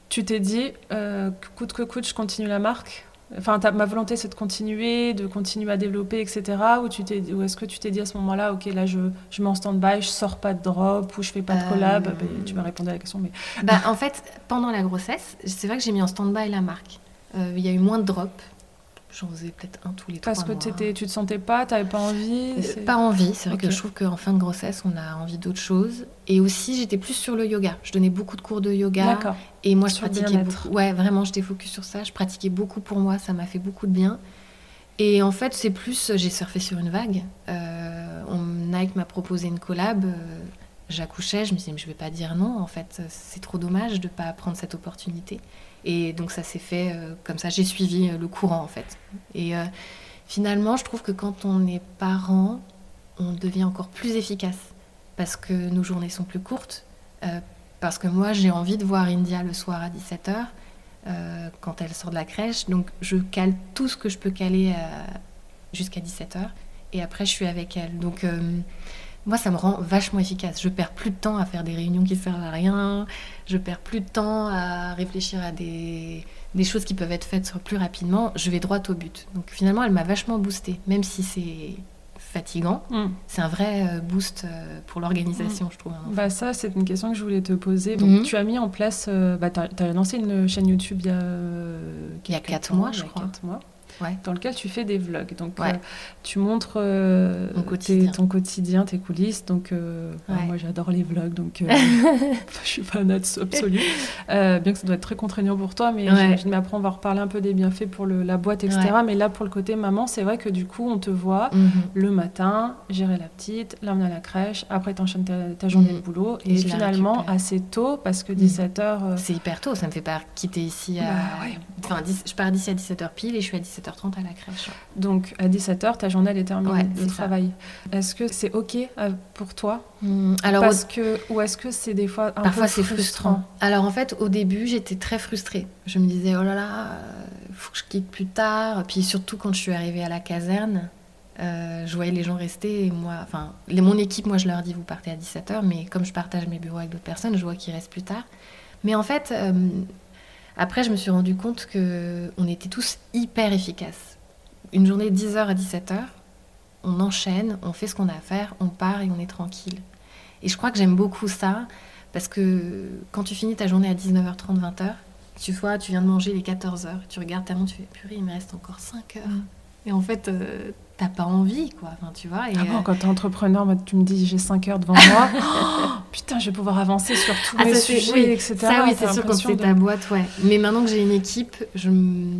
tu t'es dit, euh, coûte que coûte, je continue la marque. Enfin, ma volonté, c'est de continuer, de continuer à développer, et cetera. Ou, tu t'es, ou est-ce que tu t'es dit à ce moment-là, ok, là, je, je mets en stand-by, je sors pas de drop ou je fais pas de collab. Euh... Ben, tu m'as répondu à la question, mais... Bah, en fait, pendant la grossesse, c'est vrai que j'ai mis en stand-by la marque. Il euh, y a eu moins de drop. J'en faisais peut-être un tous les trois mois. Parce que mois. tu te sentais pas, tu n'avais pas envie c'est... Pas envie. C'est vrai okay. que je trouve qu'en fin de grossesse, on a envie d'autre chose. Et aussi, j'étais plus sur le yoga. Je donnais beaucoup de cours de yoga. D'accord. Et moi, sur je pratiquais beaucoup. Ouais, vraiment, j'étais focus sur ça. Je pratiquais beaucoup pour moi. Ça m'a fait beaucoup de bien. Et en fait, c'est plus... J'ai surfé sur une vague. Euh, on, Nike m'a proposé une collab. Euh, j'accouchais. Je me disais, mais je vais pas dire non. En fait, c'est trop dommage de pas prendre cette opportunité. Et donc ça s'est fait euh, comme ça, j'ai suivi euh, le courant en fait. Et euh, finalement, je trouve que quand on est parent, on devient encore plus efficace parce que nos journées sont plus courtes. Euh, parce que moi, j'ai envie de voir India le soir à dix-sept heures euh, quand elle sort de la crèche. Donc je cale tout ce que je peux caler euh, jusqu'à dix-sept heures et après je suis avec elle. Donc euh, moi, ça me rend vachement efficace. Je perds plus de temps à faire des réunions qui servent à rien. Je perds plus de temps à réfléchir à des, des choses qui peuvent être faites plus rapidement. Je vais droit au but. Donc finalement, elle m'a vachement boostée. Même si c'est fatigant, mm. c'est un vrai boost pour l'organisation, mm. je trouve. Bah ça, c'est une question que je voulais te poser. Donc, mm. tu as mis en place... Euh, bah, tu as lancé une chaîne YouTube il y a... Euh, il y a quatre mois, je il y a crois. quatre mois. Ouais. Dans lequel tu fais des vlogs. Donc, ouais. euh, tu montres euh, quotidien. Tes, ton quotidien, tes coulisses. Donc, euh, ouais. bah, moi, j'adore les vlogs. Donc, euh, je suis fanatique absolue. Euh, bien que ça doit être très contraignant pour toi. Mais, ouais. mais après, on va reparler un peu des bienfaits pour le, la boîte, et cetera. Ouais. Mais là, pour le côté maman, c'est vrai que du coup, on te voit mm-hmm. le matin, gérer la petite, l'emmener à la crèche. Après, tu enchaînes ta, ta journée mm-hmm. de boulot. Et, et finalement, assez tôt, parce que dix-sept heures... Euh... C'est hyper tôt. Ça me fait pas quitter ici à... Bah, ouais. Enfin, dix... je pars d'ici à dix-sept heures pile et je suis à dix-sept heures trente à la crèche. Donc, à dix-sept heures, ta journée, elle est terminée ouais, de travail. Est-ce que c'est OK pour toi mmh, alors Parce au... que, ou est-ce que c'est des fois un Parfois, peu c'est frustrant, frustrant. Alors, en fait, au début, j'étais très frustrée. Je me disais, oh là là, il faut que je quitte plus tard. Puis surtout, quand je suis arrivée à la caserne, euh, je voyais les gens rester. Et moi, enfin, les, mon équipe, moi, je leur dis, vous partez à dix-sept heures. Mais comme je partage mes bureaux avec d'autres personnes, je vois qu'ils restent plus tard. Mais en fait... Euh, Après, je me suis rendu compte qu'on était tous hyper efficaces. Une journée de dix heures à dix-sept heures, on enchaîne, on fait ce qu'on a à faire, on part et on est tranquille. Et je crois que j'aime beaucoup ça, parce que quand tu finis ta journée à dix-neuf heures trente, vingt heures, tu vois, tu viens de manger les quatorze heures, tu regardes ta montre, tu fais purée, il me reste encore cinq heures. Mmh. Et en fait, euh, t'as pas envie, quoi. Enfin, tu vois. Et ah bon, euh... quand t'es entrepreneur, tu me dis j'ai cinq heures devant moi. Oh, putain, je vais pouvoir avancer sur tous ah, mes ça, sujets, oui. et cetera. Ça, oui, c'est sûr, quand c'est de... ta boîte, ouais. Mais maintenant que j'ai une équipe, je,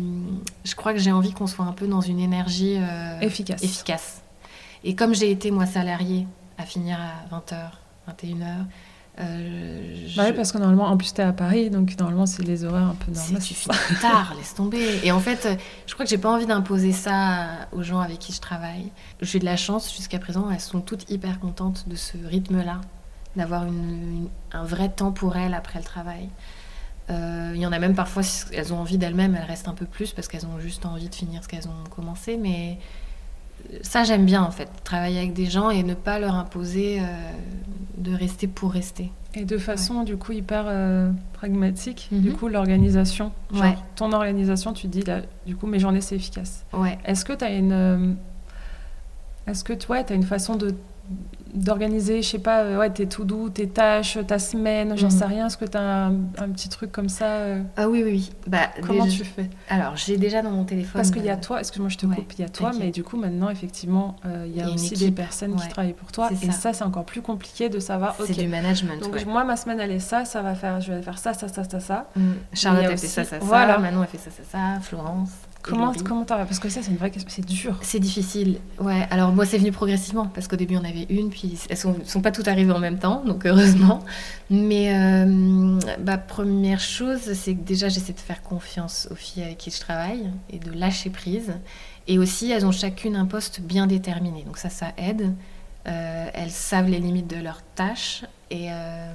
je crois que j'ai envie qu'on soit un peu dans une énergie euh, efficace. efficace. Et comme j'ai été, moi, salariée, à finir à vingt heures, vingt et une heures, Euh, je... bah oui, parce que normalement, en plus t'es à Paris, donc normalement c'est les horaires un peu normaux. Tu finis tard, laisse tomber. Et en fait, je crois que j'ai pas envie d'imposer ça aux gens avec qui je travaille. J'ai de la chance, jusqu'à présent, elles sont toutes hyper contentes de ce rythme-là, d'avoir une, une, un vrai temps pour elles après le travail. Il euh, y en a même parfois, si elles ont envie d'elles-mêmes, elles restent un peu plus parce qu'elles ont juste envie de finir ce qu'elles ont commencé, mais... Ça, j'aime bien, en fait, travailler avec des gens et ne pas leur imposer euh, de rester pour rester. Et de façon, ouais. du coup, hyper euh, pragmatique, mm-hmm. du coup, l'organisation. Genre, ouais. ton organisation, tu dis, là, du coup, mes journées, c'est efficace. Ouais. Est-ce que tu as une... Euh, est-ce que, ouais, tu as une façon de... d'organiser, je sais pas, euh, ouais, tes to-do, tes tâches, ta semaine, j'en mmh. sais rien. Est-ce que tu as un, un petit truc comme ça euh... Ah oui, oui, oui. Bah, comment déjà... tu fais? Alors, j'ai déjà dans mon téléphone... Parce qu'il y a toi, excuse-moi, je te coupe, ouais, il y a toi, t'inquiète. Mais du coup, maintenant, effectivement, euh, il y a il y aussi équipe, des personnes ouais. qui travaillent pour toi. C'est et ça. ça, c'est encore plus compliqué de savoir, c'est ok. du management, donc, ouais. moi, ma semaine, elle est ça, ça va faire, je vais faire ça, ça, ça, ça, ça. Mmh. Charlotte, elle aussi... fait ça, ça, ça. Voilà. Manon, elle fait ça, ça, ça. Florence... Comment, comment t'as... Parce que ça, c'est une vraie question. C'est dur. C'est difficile. Ouais. Alors, moi, c'est venu progressivement. Parce qu'au début, on avait une. Puis, elles sont, sont pas toutes arrivées en même temps. Donc, heureusement. Mais, euh, bah, première chose, c'est que déjà, j'essaie de faire confiance aux filles avec qui je travaille. Et de lâcher prise. Et aussi, elles ont chacune un poste bien déterminé. Donc, ça, ça aide. Euh, elles savent les limites de leurs tâches. Et... Euh,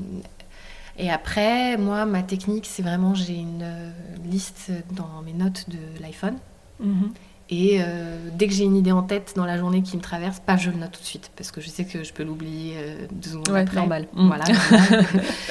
Et après, moi, ma technique, c'est vraiment, j'ai une euh, liste dans mes notes de l'iPhone. Mm-hmm. Et euh, dès que j'ai une idée en tête dans la journée qui me traverse, pas je le note tout de suite parce que je sais que je peux l'oublier euh, deux secondes ouais, après. Normal. Voilà. normal.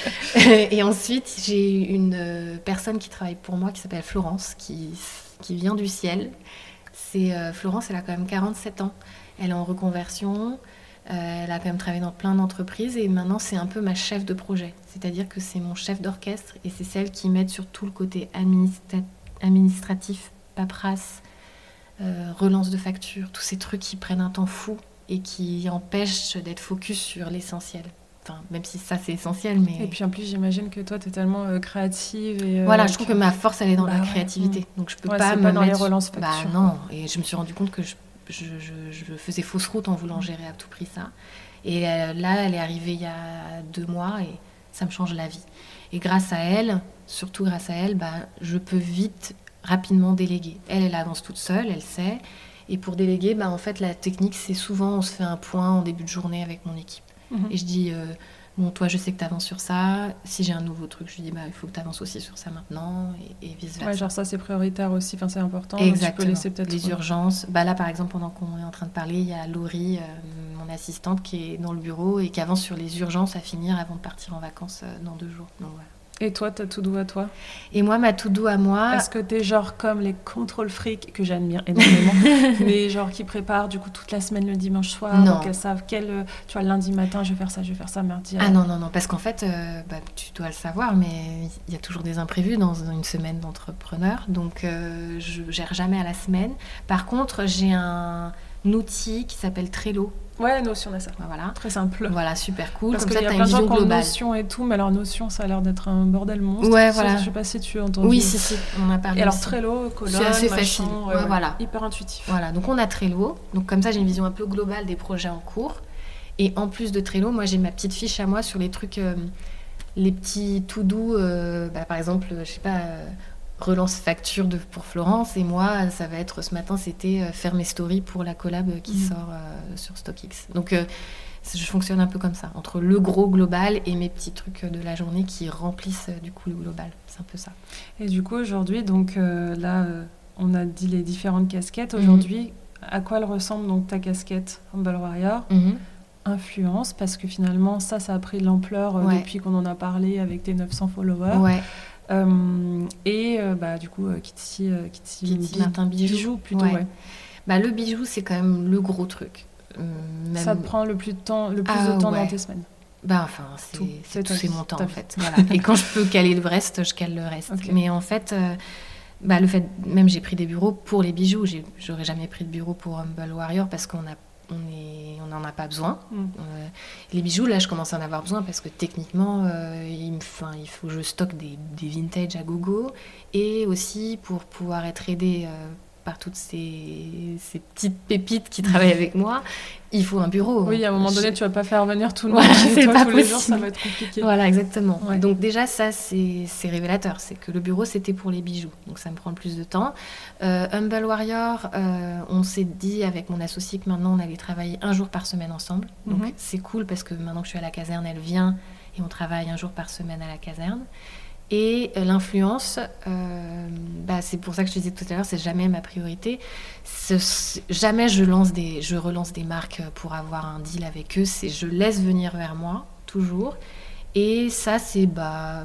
Et ensuite, j'ai une euh, personne qui travaille pour moi qui s'appelle Florence, qui, qui vient du ciel. C'est, euh, Florence, elle a quand même quarante-sept ans. Elle est en reconversion. Euh, elle a quand même travaillé dans plein d'entreprises et maintenant, c'est un peu ma chef de projet. C'est-à-dire que c'est mon chef d'orchestre et c'est celle qui m'aide sur tout le côté administra- administratif, paperasse, Euh, relance de factures, tous ces trucs qui prennent un temps fou et qui empêchent d'être focus sur l'essentiel. Enfin, même si ça, c'est essentiel, mais... Et puis en plus, j'imagine que toi, tu es tellement euh, créative. Et, euh, voilà, je trouve que... que ma force, elle est dans bah, la ouais. créativité. Mmh. Donc je peux ouais, pas c'est me pas dans mettre... les relances factures. Bah non, et je me suis rendu compte que je, je, je, je faisais fausse route en voulant gérer à tout prix ça. Et euh, là, elle est arrivée il y a deux mois et ça me change la vie. Et grâce à elle, surtout grâce à elle, bah, je peux vite... rapidement déléguer. Elle, elle avance toute seule, elle sait. Et pour déléguer, bah, en fait, la technique, c'est souvent, on se fait un point en début de journée avec mon équipe. Mmh. Et je dis, euh, bon, toi, je sais que tu avances sur ça. Si j'ai un nouveau truc, je lui dis, bah, il faut que tu avances aussi sur ça maintenant, et, et vice-versa. Ouais, genre ça, c'est prioritaire aussi, enfin, c'est important. Exactement. Tu peux laisser peut-être... Les urgences. Bah, là, par exemple, pendant qu'on est en train de parler, il y a Laurie, euh, mon assistante, qui est dans le bureau et qui avance sur les urgences à finir avant de partir en vacances euh, dans deux jours. Donc, voilà. Et toi, ta to-do à toi? Et moi, ma to-do à moi... Est-ce que t'es genre comme les contrôle freaks, que j'admire énormément, mais genre qui préparent du coup toute la semaine le dimanche soir, non. donc elles savent quel, tu vois, lundi matin, je vais faire ça, je vais faire ça, mardi... Ah non, non, non, parce qu'en fait, euh, bah, tu dois le savoir, mais il y a toujours des imprévus dans une semaine d'entrepreneur, donc euh, je gère jamais à la semaine. Par contre, j'ai un outil qui s'appelle Trello. Ouais, Notion, on a ça. Voilà. Très simple. Voilà, super cool. Parce comme qu'il ça, y a tu as plein une de gens vision qui ont globale. Notion et tout, mais alors Notion, ça a l'air d'être un bordel monstre. Ouais, voilà. Je sais pas si tu as entendu. Oui, si, si, on a parlé. Et alors aussi. Trello, colonne, c'est assez machin, facile. Ouais, ouais, ouais. Voilà. Hyper intuitif. Voilà, donc on a Trello. Donc comme ça, j'ai une vision un peu globale des projets en cours. Et en plus de Trello, moi, j'ai ma petite fiche à moi sur les trucs, euh, les petits to-do. Euh, bah, par exemple, je sais pas... Euh, relance facture de, pour Florence, et moi ça va être ce matin c'était euh, faire mes stories pour la collab qui mmh. sort euh, sur StockX. Donc euh, je fonctionne un peu comme ça, entre le gros global et mes petits trucs de la journée qui remplissent euh, du coup le global. C'est un peu ça. Et du coup aujourd'hui, donc euh, là euh, on a dit les différentes casquettes. Aujourd'hui, mmh. à quoi elle ressemble donc ta casquette Humble Warrior? mmh. Influence, parce que finalement ça, ça a pris de l'ampleur euh, ouais. depuis qu'on en a parlé avec tes neuf cents followers. Ouais. Euh, et euh, bah, du coup, euh, Kitty, euh, Kitty, Kitty Bi- Martin Bijou. Bijou plutôt, ouais. ouais. Bah, le bijou, c'est quand même le gros truc. Euh, même... Ça te prend le plus de temps, le plus ah, de temps ouais. dans tes semaines. Bah, enfin, c'est tout, c'est, c'est, tout, c'est mon temps, en fait. Voilà. Et quand je peux caler le reste, je cale le reste. Okay. Mais en fait, euh, bah, le fait, même j'ai pris des bureaux pour les bijoux. J'ai, j'aurais jamais pris de bureau pour Humble Warrior parce qu'on a On est, on n'en a pas besoin. Mm. Euh, les bijoux, là, je commence à en avoir besoin parce que techniquement, euh, il, me, enfin, il faut que je stocke des, des vintage à gogo et aussi pour pouvoir être aidée euh, par toutes ces, ces petites pépites qui travaillent avec moi, il faut un bureau. Oui, à un moment donné, je... tu vas pas faire venir tout le monde voilà, chez c'est toi pas tous possible. les jours, ça va être compliqué. Voilà, exactement. Ouais. Donc déjà, ça, c'est, c'est révélateur. C'est que le bureau, c'était pour les bijoux. Donc ça me prend le plus de temps. Euh, Humble Warrior, euh, on s'est dit avec mon associé que maintenant, on allait travailler un jour par semaine ensemble. Donc mm-hmm. c'est cool parce que maintenant que je suis à la caserne, elle vient et on travaille un jour par semaine à la caserne. Et l'influence, euh, bah c'est pour ça que je te disais tout à l'heure, c'est jamais ma priorité. C'est, c'est, jamais je, lance des, je relance des marques pour avoir un deal avec eux. C'est, je laisse venir vers moi, toujours. Et ça, c'est, bah,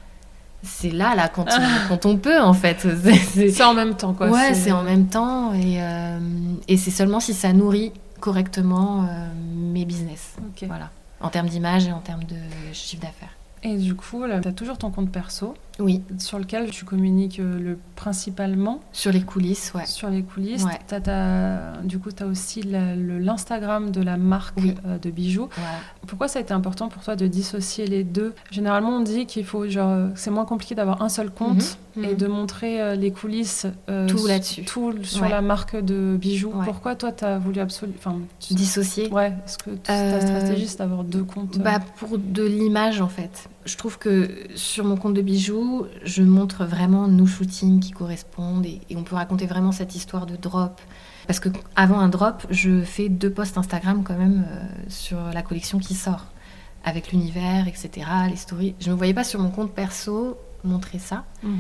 c'est là, là quand, on, quand on peut, en fait. C'est, c'est... c'est en même temps, quoi. Ouais, c'est, c'est en même temps. Et, euh, et c'est seulement si ça nourrit correctement euh, mes business. Okay. Voilà. En termes d'image et en termes de chiffre d'affaires. Et du coup, tu as toujours ton compte perso, oui, sur lequel tu communiques le, principalement. Sur les coulisses, ouais. Sur les coulisses. Ouais. T'as, t'as, du coup, tu as aussi la, le, l'Instagram de la marque oui. euh, de bijoux. Ouais. Pourquoi ça a été important pour toi de dissocier les deux ? Généralement, on dit qu'il faut, genre, c'est moins compliqué d'avoir un seul compte mmh, et mmh. de montrer euh, les coulisses. Euh, tout là-dessus. Tout sur ouais. la marque de bijoux. Ouais. Pourquoi toi, tu as voulu absolument... Tu... Dissocier ? Ouais. Est-ce que ta euh... stratégie, c'est d'avoir deux comptes ? Bah, pour de l'image, en fait. Je trouve que sur mon compte de bijoux, je montre vraiment nos shootings qui correspondent et, et on peut raconter vraiment cette histoire de drop. Parce qu'avant un drop, je fais deux posts Instagram quand même euh, sur la collection qui sort, avec l'univers, et cetera, les stories. Je ne me voyais pas sur mon compte perso montrer ça. Mm-hmm.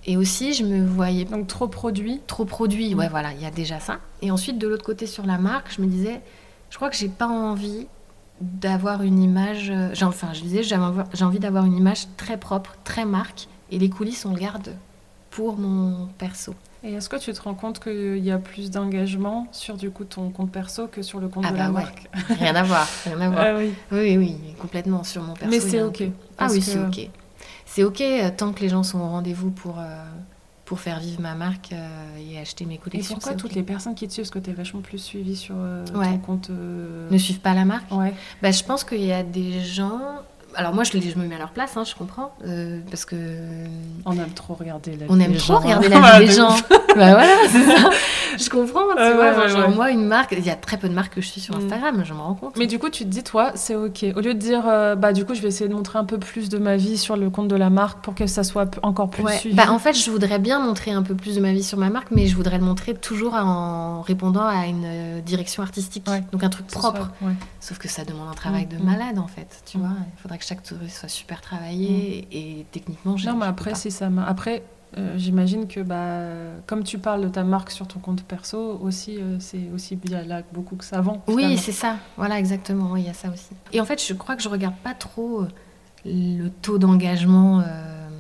Et aussi, je me voyais... Donc trop produit. Trop produit, mmh. ouais, voilà, il y a déjà ça. Et ensuite, de l'autre côté, sur la marque, je me disais, je crois que j'ai pas envie d'avoir une image... Euh, enfin, je disais, j'ai envie, j'ai envie d'avoir une image très propre, très marque. Et les coulisses, on le garde pour mon perso. Et est-ce que tu te rends compte qu'il y a plus d'engagement sur du coup ton compte perso que sur le compte ah de bah la ouais. marque? Rien à voir, rien à voir. Ah oui. oui, oui, complètement sur mon perso. Mais c'est ok. Ah oui, que... c'est ok. C'est ok euh, tant que les gens sont au rendez-vous pour, euh, pour faire vivre ma marque euh, et acheter mes collections. Et pourquoi toutes okay. les personnes qui te suivent, parce que tu es vachement plus suivie sur euh, ouais. ton compte... Euh... Ne suivent pas la marque? Ouais. Bah, je pense qu'il y a des gens... Alors moi, je, je me mets à leur place, hein, je comprends, euh, parce que... On aime trop regarder la vie On aime des trop gens, regarder hein. la vie des gens. Bah voilà, c'est ça. Je comprends, tu euh, vois. Ouais, ouais, genre, ouais. Moi, une marque... Il y a très peu de marques que je suis sur Instagram, mm. je m'en rends compte. Mais du coup, tu te dis, toi, c'est ok. Au lieu de dire, euh, bah du coup, je vais essayer de montrer un peu plus de ma vie sur le compte de la marque pour que ça soit encore plus ouais. suivi. Bah en fait, je voudrais bien montrer un peu plus de ma vie sur ma marque, mais je voudrais le montrer toujours en répondant à une euh, direction artistique. Ouais. Donc un truc propre. Soit, ouais. Sauf que ça demande un travail mmh. de malade, en fait. Tu mmh. vois, il faudrait que chaque touriste soit super travaillé mmh. et, et techniquement, j'ai Non, mais après, si ça m'a... Après, euh, j'imagine que bah, comme tu parles de ta marque sur ton compte perso, aussi, euh, c'est aussi bien là beaucoup que ça vend. Oui, c'est ça. Voilà, exactement. Oui, il y a ça aussi. Et en fait, je crois que je regarde pas trop le taux d'engagement euh,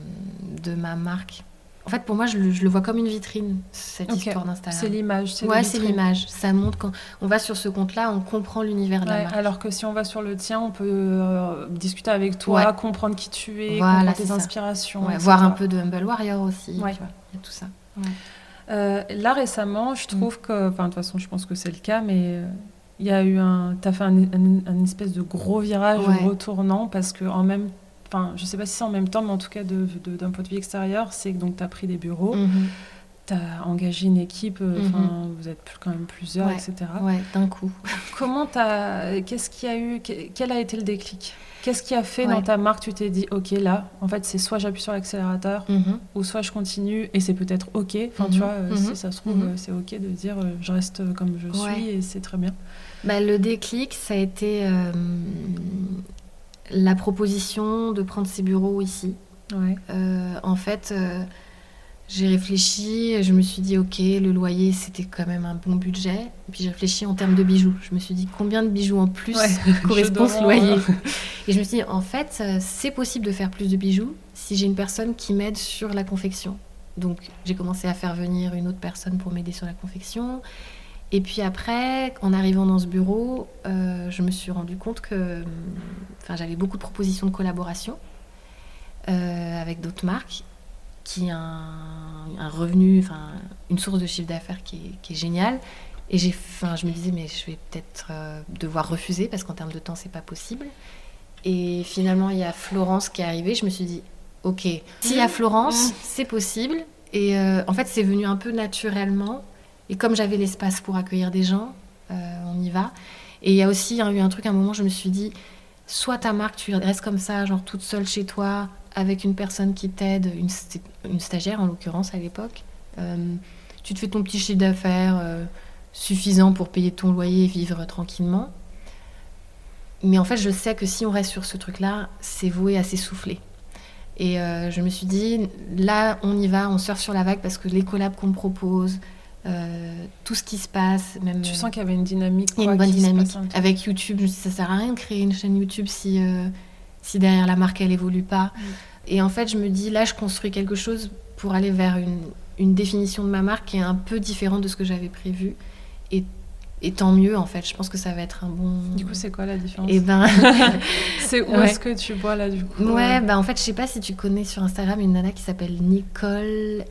de ma marque. En fait, pour moi, je le, je le vois comme une vitrine, cette okay. histoire d'Instagram. C'est l'image. C'est ouais, c'est l'image. Ça montre quand on va sur ce compte-là, on comprend l'univers de ouais, la marque. Alors que si on va sur le tien, on peut euh, discuter avec toi, ouais. comprendre qui tu es, voilà, comprendre tes inspirations. Ouais, voir un peu de Humble Warrior aussi. Ouais. Tu vois, il y a tout ça. Ouais. Euh, là, récemment, je trouve mm. que... Enfin, de toute façon, je pense que c'est le cas, mais... Il y a eu un... T'as fait un, un, un espèce de gros virage ouais. retournant parce qu'en même temps, enfin, je sais pas si c'est en même temps, mais en tout cas, de, de, d'un point de vue extérieur, c'est que donc tu as pris des bureaux, mm-hmm. tu as engagé une équipe, mm-hmm. vous êtes quand même plusieurs, ouais. et cetera. Ouais, d'un coup. Comment t'as... Qu'est-ce qu'il y a eu... Quel a été le déclic? Qu'est-ce qui a fait ouais. dans ta marque, tu t'es dit, ok, là, en fait, c'est soit j'appuie sur l'accélérateur, mm-hmm. ou soit je continue, et c'est peut-être ok. Enfin, mm-hmm. tu vois, mm-hmm. si ça se trouve, mm-hmm. c'est ok de dire, euh, je reste comme je ouais. suis, et c'est très bien. Bah, le déclic, ça a été... Euh... la proposition de prendre ses bureaux ici. Ouais. Euh, en fait, euh, j'ai réfléchi, je me suis dit, ok, le loyer, c'était quand même un bon budget. Et puis j'ai réfléchi en termes de bijoux. Je me suis dit, combien de bijoux en plus ouais, correspond ce loyer? Et je me suis dit, en fait, c'est possible de faire plus de bijoux si j'ai une personne qui m'aide sur la confection. Donc, j'ai commencé à faire venir une autre personne pour m'aider sur la confection. Et puis après, en arrivant dans ce bureau, euh, je me suis rendu compte que enfin, j'avais beaucoup de propositions de collaboration euh, avec d'autres marques, qui ont un, un revenu, enfin, une source de chiffre d'affaires qui est, qui est géniale. Et j'ai, enfin, je me disais, mais je vais peut-être euh, devoir refuser parce qu'en termes de temps, c'est pas possible. Et finalement, il y a Florence qui est arrivée. Je me suis dit, ok, s'il y a Florence, mmh. c'est possible. Et euh, en fait, c'est venu un peu naturellement. Et comme j'avais l'espace pour accueillir des gens, euh, on y va. Et il y a aussi hein, eu un truc, à un moment, je me suis dit, soit ta marque, tu restes comme ça, genre toute seule chez toi, avec une personne qui t'aide, une, une stagiaire en l'occurrence à l'époque. Euh, tu te fais ton petit chiffre d'affaires euh, suffisant pour payer ton loyer et vivre tranquillement. Mais en fait, je sais que si on reste sur ce truc-là, c'est voué à s'essouffler. Et euh, je me suis dit, là, on y va, on surfe sur la vague parce que les collabs qu'on me propose... Euh, tout ce qui se passe, même tu sens qu'il y avait une dynamique, il y a une bonne dynamique avec YouTube. Je me suis dit, ça sert à rien de créer une chaîne YouTube si euh, si derrière la marque elle évolue pas. Mm. Et en fait, je me dis là, je construis quelque chose pour aller vers une une définition de ma marque qui est un peu différente de ce que j'avais prévu. Et et tant mieux en fait. Je pense que ça va être un bon. Du coup, c'est quoi la différence? Et ben, c'est où ouais. est-ce que tu vois là du coup? Ouais, bah en fait, je sais pas si tu connais sur Instagram une nana qui s'appelle Nicole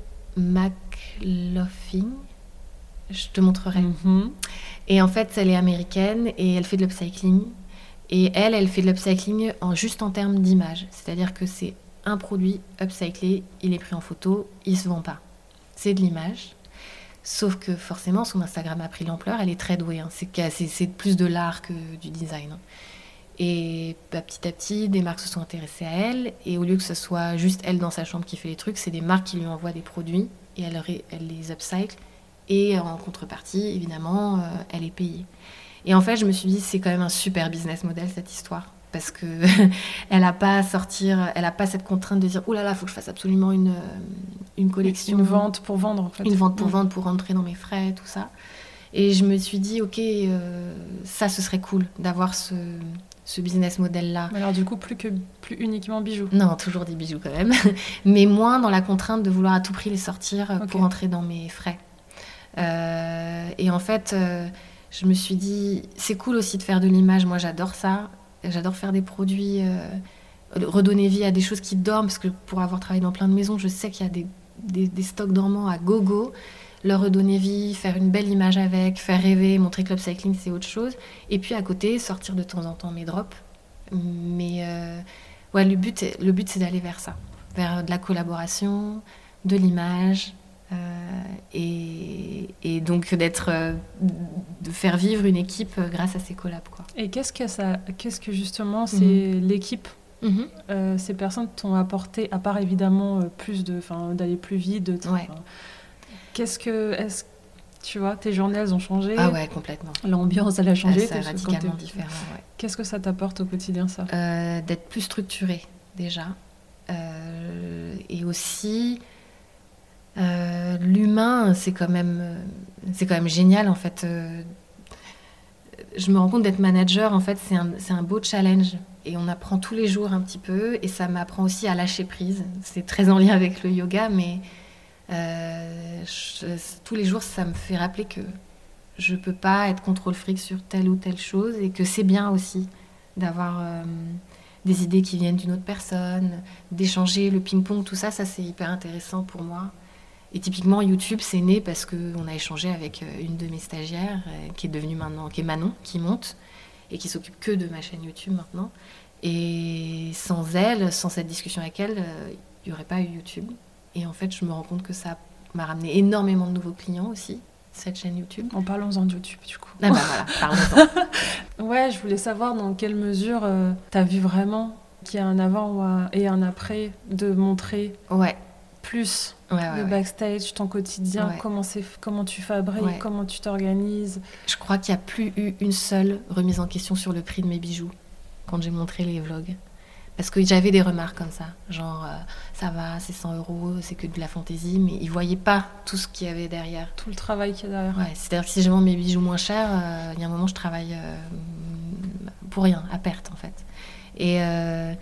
McLaughlin. Je te montrerai. Mm-hmm. Et en fait, elle est américaine et elle fait de l'upcycling. Et elle, elle fait de l'upcycling en, juste en termes d'image. C'est-à-dire que c'est un produit upcyclé, il est pris en photo, il ne se vend pas. C'est de l'image. Sauf que forcément, son Instagram a pris l'ampleur, elle est très douée. Hein. C'est, c'est, c'est plus de l'art que du design. Hein. Et bah, petit à petit, des marques se sont intéressées à elle. Et au lieu que ce soit juste elle dans sa chambre qui fait les trucs, c'est des marques qui lui envoient des produits et elle, elle les upcycle. Et en contrepartie, évidemment, euh, elle est payée. Et en fait, je me suis dit, c'est quand même un super business model, cette histoire. Parce qu'elle n'a pas à sortir, elle n'a pas cette contrainte de dire, oh là là, il faut que je fasse absolument une, une collection. Une vente pour vendre, en fait. Une vente pour mmh. vendre, pour rentrer dans mes frais, tout ça. Et je me suis dit, ok, euh, ça, ce serait cool d'avoir ce, ce business model-là. Alors du coup, plus, que, plus uniquement bijoux. Non, toujours des bijoux quand même. Mais moins dans la contrainte de vouloir à tout prix les sortir okay. pour rentrer dans mes frais. Euh, et en fait, euh, je me suis dit, c'est cool aussi de faire de l'image. Moi, j'adore ça. J'adore faire des produits, euh, redonner vie à des choses qui dorment. Parce que pour avoir travaillé dans plein de maisons, je sais qu'il y a des, des, des stocks dormants à gogo. Leur redonner vie, faire une belle image avec, faire rêver, montrer que l'upcycling, c'est autre chose. Et puis à côté, sortir de temps en temps mes drops. Mais euh, ouais, le but, le but, c'est d'aller vers ça. Vers de la collaboration, de l'image. Euh, et, et donc d'être, euh, de faire vivre une équipe grâce à ces collabs, quoi. Et qu'est-ce que ça, qu'est-ce que justement c'est mm-hmm. l'équipe, mm-hmm. euh, ces personnes t'ont apporté, à part évidemment euh, plus de, enfin d'aller plus vite, de, ouais. Qu'est-ce que, est-ce, tu vois, tes journées elles ont changé. Ah ouais, complètement. L'ambiance elle a changé. Ah, c'est radicalement différent. Ouais. Qu'est-ce que ça t'apporte au quotidien, ça euh, D'être plus structuré déjà, euh, et aussi. Euh, l'humain, c'est quand même, c'est quand même génial en fait. Euh, je me rends compte d'être manager, en fait, c'est un, c'est un beau challenge et on apprend tous les jours un petit peu et ça m'apprend aussi à lâcher prise. C'est très en lien avec le yoga, mais euh, je, tous les jours, ça me fait rappeler que je peux pas être contrôle fric sur telle ou telle chose et que c'est bien aussi d'avoir euh, des idées qui viennent d'une autre personne, d'échanger le ping-pong, tout ça, ça c'est hyper intéressant pour moi. Et typiquement, YouTube, c'est né parce qu'on a échangé avec une de mes stagiaires, qui est devenue maintenant, qui est Manon, qui monte, et qui s'occupe que de ma chaîne YouTube maintenant. Et sans elle, sans cette discussion avec elle, il n'y aurait pas eu YouTube. Et en fait, je me rends compte que ça m'a ramené énormément de nouveaux clients aussi, cette chaîne YouTube. En parlons-en de YouTube, du coup. Ah bah voilà, parlons-en. Ouais, je voulais savoir dans quelle mesure euh, tu as vu vraiment qu'il y a un avant et un après de montrer... Ouais. plus ouais, ouais, le ouais. backstage, ton quotidien, ouais. comment, c'est, comment tu fabriques, ouais. comment tu t'organises. Je crois qu'il n'y a plus eu une seule remise en question sur le prix de mes bijoux quand j'ai montré les vlogs. Parce que j'avais des remarques comme ça, genre euh, ça va, c'est cent euros, c'est que de la fantaisie, mais ils ne voyaient pas tout ce qu'il y avait derrière. Tout le travail qu'il y a derrière. Ouais, c'est-à-dire que si je vends mes bijoux moins chers, il euh, y a un moment je travaille euh, pour rien, à perte en fait. Et... Euh,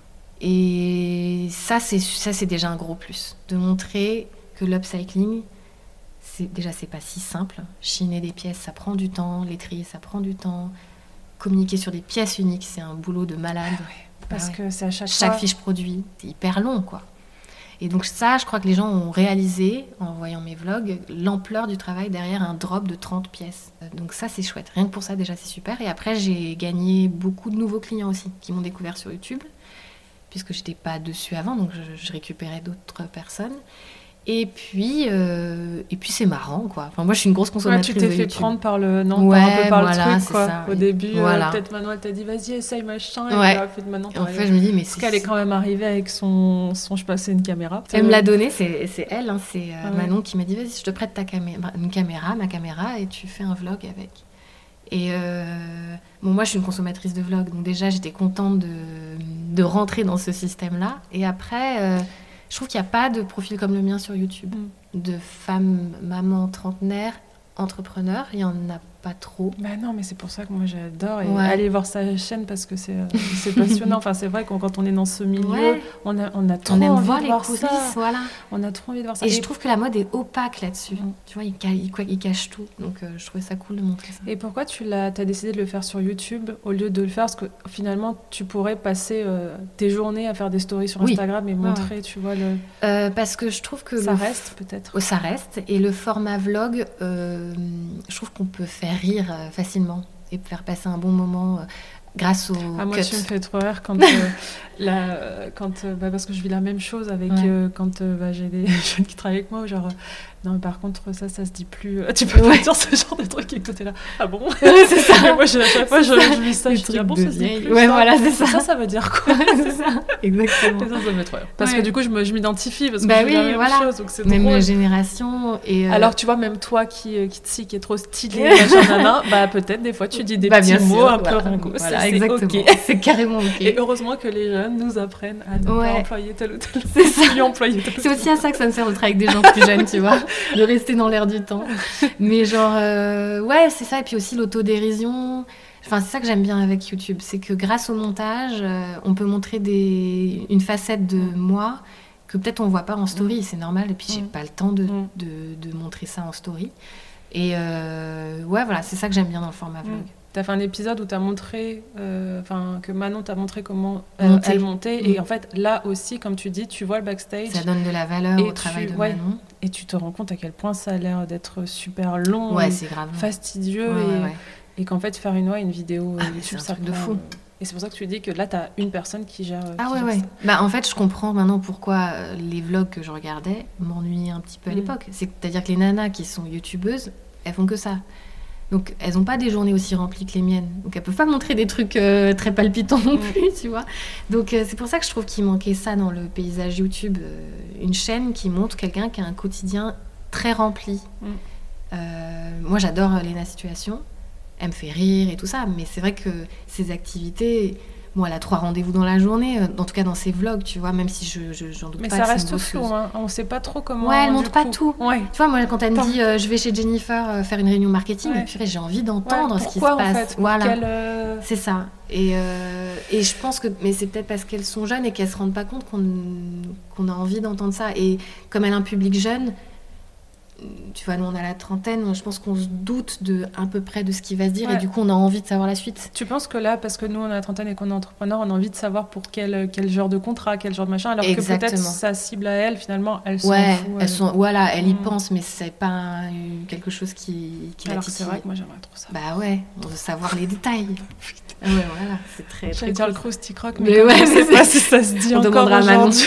Et ça c'est, ça, c'est déjà un gros plus. De montrer que l'upcycling, c'est, déjà, c'est pas si simple. Chiner des pièces, ça prend du temps. Les trier, ça prend du temps. Communiquer sur des pièces uniques, c'est un boulot de malade. Ah ouais, parce bah ouais. que c'est à chaque Chaque fois... fiche produit, c'est hyper long, quoi. Et donc ça, je crois que les gens ont réalisé, en voyant mes vlogs, l'ampleur du travail derrière un drop de trente pièces. Donc ça, c'est chouette. Rien que pour ça, déjà, c'est super. Et après, j'ai gagné beaucoup de nouveaux clients aussi, qui m'ont découvert sur YouTube, puisque je n'étais pas dessus avant, donc je, je récupérais d'autres personnes. Et puis, euh, et puis c'est marrant, quoi. Enfin, moi, je suis une grosse consommatrice de YouTube. Ouais, tu t'es fait YouTube. prendre par le, non, ouais, par un peu par voilà, le truc, quoi. Ça, Au oui. début, voilà. euh, peut-être Manon, elle t'a dit, vas-y, essaye, machin. Ouais. Et puis maintenant, en fait, je me dis, mais parce c'est... qu'elle est quand même arrivée avec son, son je passais une caméra. Elle me l'a donnée, c'est, c'est elle, hein, c'est euh, ah ouais. Manon qui m'a dit, vas-y, je te prête ta caméra, une caméra, ma caméra, et tu fais un vlog avec. Et euh, bon, moi, je suis une consommatrice de vlog, donc déjà, j'étais contente de, de rentrer dans ce système-là. Et après, euh, je trouve qu'il n'y a pas de profil comme le mien sur YouTube, mm. de femme, maman, trentenaire, entrepreneur. Il n'y en a pas trop. Bah non, mais c'est pour ça que moi, j'adore. Et ouais. aller voir sa chaîne parce que c'est, euh, c'est passionnant. Enfin, c'est vrai que quand on est dans ce milieu, ouais. on, a, on a trop on aime envie voir de les voir coulisses, ça. Voilà. On a trop envie de voir ça. Et, et je trouve que la mode est opaque là-dessus. Mm. Tu vois, il, il, il cache tout. Donc, euh, je trouvais ça cool de montrer ça. Et pourquoi tu l'as, t'as décidé de le faire sur YouTube au lieu de le faire parce que finalement, tu pourrais passer euh, tes journées à faire des stories sur Instagram oui. et montrer, ouais. tu vois, le... Euh, parce que je trouve que... Ça le... reste, peut-être. Oh, ça reste. Et le format vlog, euh, je trouve qu'on peut faire rire euh, facilement et faire passer un bon moment euh, grâce au ah, moi, cut. tu me fais trop rire quand, euh, la, euh, quand euh, bah, parce que je vis la même chose avec ouais. euh, quand euh, bah, j'ai des jeunes qui travaillent avec moi, genre Non, mais par contre, ça, ça se dit plus. Tu peux ouais. pas dire ce genre de truc et que toi, t'es là. Ah bon? Ouais, c'est ça. Moi, je, à chaque fois, je, je lis ça, je dis, ah bon, ça se dit plus. Ouais, ça. voilà, c'est ça. Ça, ça veut dire quoi? C'est ça, exactement. Et ça, ça me met trop rire. Parce ouais. que du coup, je, me, je m'identifie, parce que bah je oui, dis la même voilà. chose, donc c'est même drôle. Même génération. Et euh... Alors, tu vois, même toi qui, qui, qui, qui est trop stylé, machin, nana, bah peut-être, des fois, tu dis des bah, petits mots sûr, un voilà. peu ringos. Voilà, c'est, exactement. C'est, okay. c'est carrément OK. Et heureusement que les jeunes nous apprennent à ne ouais. pas employer tel ou tel. C'est ça. Lui employer tel c'est aussi à ça que ça me sert de travailler avec des gens plus jeunes, tu vois, de rester dans l'air du temps. Mais genre, euh, ouais, c'est ça. Et puis aussi l'autodérision. Enfin, c'est ça que j'aime bien avec YouTube. C'est que grâce au montage, euh, on peut montrer des... une facette de moi que peut-être on voit pas en story. C'est normal. Et puis, j'ai pas le temps de, de, de montrer ça en story. Et euh, ouais, voilà, c'est ça que j'aime bien dans le format vlog. Tu as fait un épisode où tu as montré, euh, enfin, que Manon t'a montré comment euh, elle montait. Mmh. Et en fait, là aussi, comme tu dis, tu vois le backstage. Ça donne de la valeur au tu, travail de ouais, Manon. Et tu te rends compte à quel point ça a l'air d'être super long, ouais, c'est grave. fastidieux. Ouais, et, ouais, ouais. et qu'en fait, faire une, ouais, une vidéo ah, YouTube, c'est un ça truc de fou. Et c'est pour ça que tu dis que là, tu as une personne qui gère. Ah qui ouais, gère ouais. Ça. Bah, en fait, je comprends maintenant pourquoi les vlogs que je regardais m'ennuyaient un petit peu à mmh. l'époque. C'est-à-dire que les nanas qui sont youtubeuses, elles font que ça. Donc, elles n'ont pas des journées aussi remplies que les miennes. Donc, elles ne peuvent pas montrer des trucs euh, très palpitants non plus, mmh. tu vois. Donc, euh, c'est pour ça que je trouve qu'il manquait ça dans le paysage YouTube. Euh, une chaîne qui montre quelqu'un qui a un quotidien très rempli. Mmh. Euh, moi, j'adore Léna Situation. Elle me fait rire et tout ça. Mais c'est vrai que ces activités... Bon, elle a trois rendez-vous dans la journée, en tout cas dans ses vlogs, tu vois, même si je, je, j'en doute mais pas. Mais ça reste flou, hein. On ne sait pas trop comment... Ouais, elle ne montre pas coup. tout. Ouais. Tu vois, moi, quand elle me dit euh, « je vais chez Jennifer euh, faire une réunion marketing ouais. », j'ai envie d'entendre ouais, ce qui se passe. En fait, voilà, quelle, euh... c'est ça. Et, euh, et je pense que... Mais c'est peut-être parce qu'elles sont jeunes et qu'elles ne se rendent pas compte qu'on, qu'on a envie d'entendre ça. Et comme elle a un public jeune... Tu vois, nous on a la trentaine, je pense qu'on se doute de à peu près de ce qui va se dire ouais. et du coup on a envie de savoir la suite. Tu penses que là, parce que nous on a la trentaine et qu'on est entrepreneur, on a envie de savoir pour quel, quel genre de contrat, quel genre de machin, alors Exactement. que peut-être sa cible à elle, finalement, elle s'en ouais, fout. Elles elle... sont, voilà, elle y mmh. pense, mais c'est pas quelque chose qui, qui alors la titille. C'est vrai que moi j'aimerais trop ça. Bah ouais, on veut savoir les détails. Ouais, voilà, c'est très, très J'allais dire cool. le crousty croc, mais, mais ouais, je sais pas si ça se dit on encore aujourd'hui.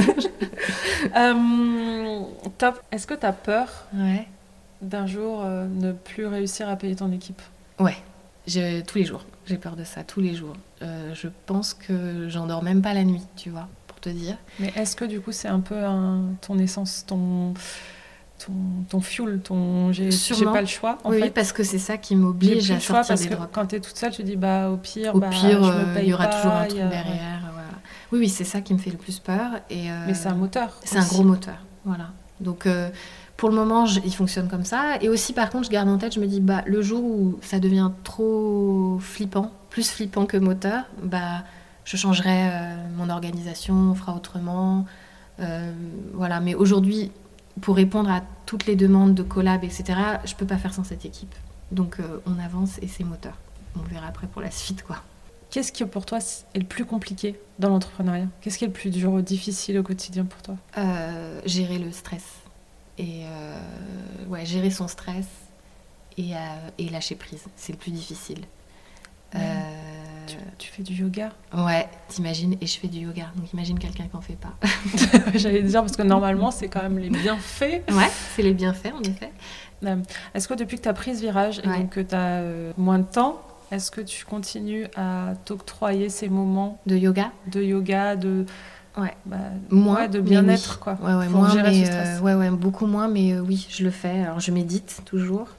euh, top. Est-ce que t'as peur ouais. d'un jour euh, ne plus réussir à payer ton équipe? Ouais, je, tous les jours. J'ai peur de ça, tous les jours. Euh, je pense que j'en dors même pas la nuit, tu vois, pour te dire. Mais est-ce que du coup c'est un peu un, ton essence, ton... Ton, ton fuel, ton j'ai, j'ai pas le choix en oui, fait. Oui, parce que c'est ça qui m'oblige à sortir parce des que drops. Quand t'es toute seule, tu dis bah au pire, au bah, pire, je me paye il y aura pas, toujours un truc a... derrière. Voilà. Oui, oui, c'est ça qui me fait le plus peur. Et, euh, mais c'est un moteur. C'est aussi. Un gros moteur, voilà. Donc euh, pour le moment, je, il fonctionne comme ça. Et aussi, par contre, je garde en tête, je me dis bah le jour où ça devient trop flippant, plus flippant que moteur, bah je changerai euh, mon organisation, on fera autrement. Euh, voilà. Mais aujourd'hui, pour répondre à toutes les demandes de collab, et cetera, je peux pas faire sans cette équipe. Donc euh, on avance et c'est moteur. On verra après pour la suite, quoi. Qu'est-ce qui pour toi est le plus compliqué dans l'entrepreneuriat? Qu'est-ce qui est le plus dur ou difficile au quotidien pour toi? euh, Gérer le stress. Et euh, ouais, gérer son stress et, euh, et lâcher prise. C'est le plus difficile. Ouais. Euh... Tu, tu fais du yoga? Ouais, t'imagines, et je fais du yoga. Donc imagine quelqu'un qui n'en fait pas. J'allais dire, parce que normalement, c'est quand même les bienfaits. Ouais, c'est les bienfaits, en effet. Euh, est-ce que depuis que tu as pris ce virage et ouais. donc que tu as euh, moins de temps, est-ce que tu continues à t'octroyer ces moments de yoga, de yoga, de ouais, bah, moins, ouais, de bien-être, oui. quoi. Ouais, ouais, pour moins, gérer mais, ce stress. Euh, ouais, ouais, beaucoup moins, mais euh, oui, je le fais. Alors, je médite toujours,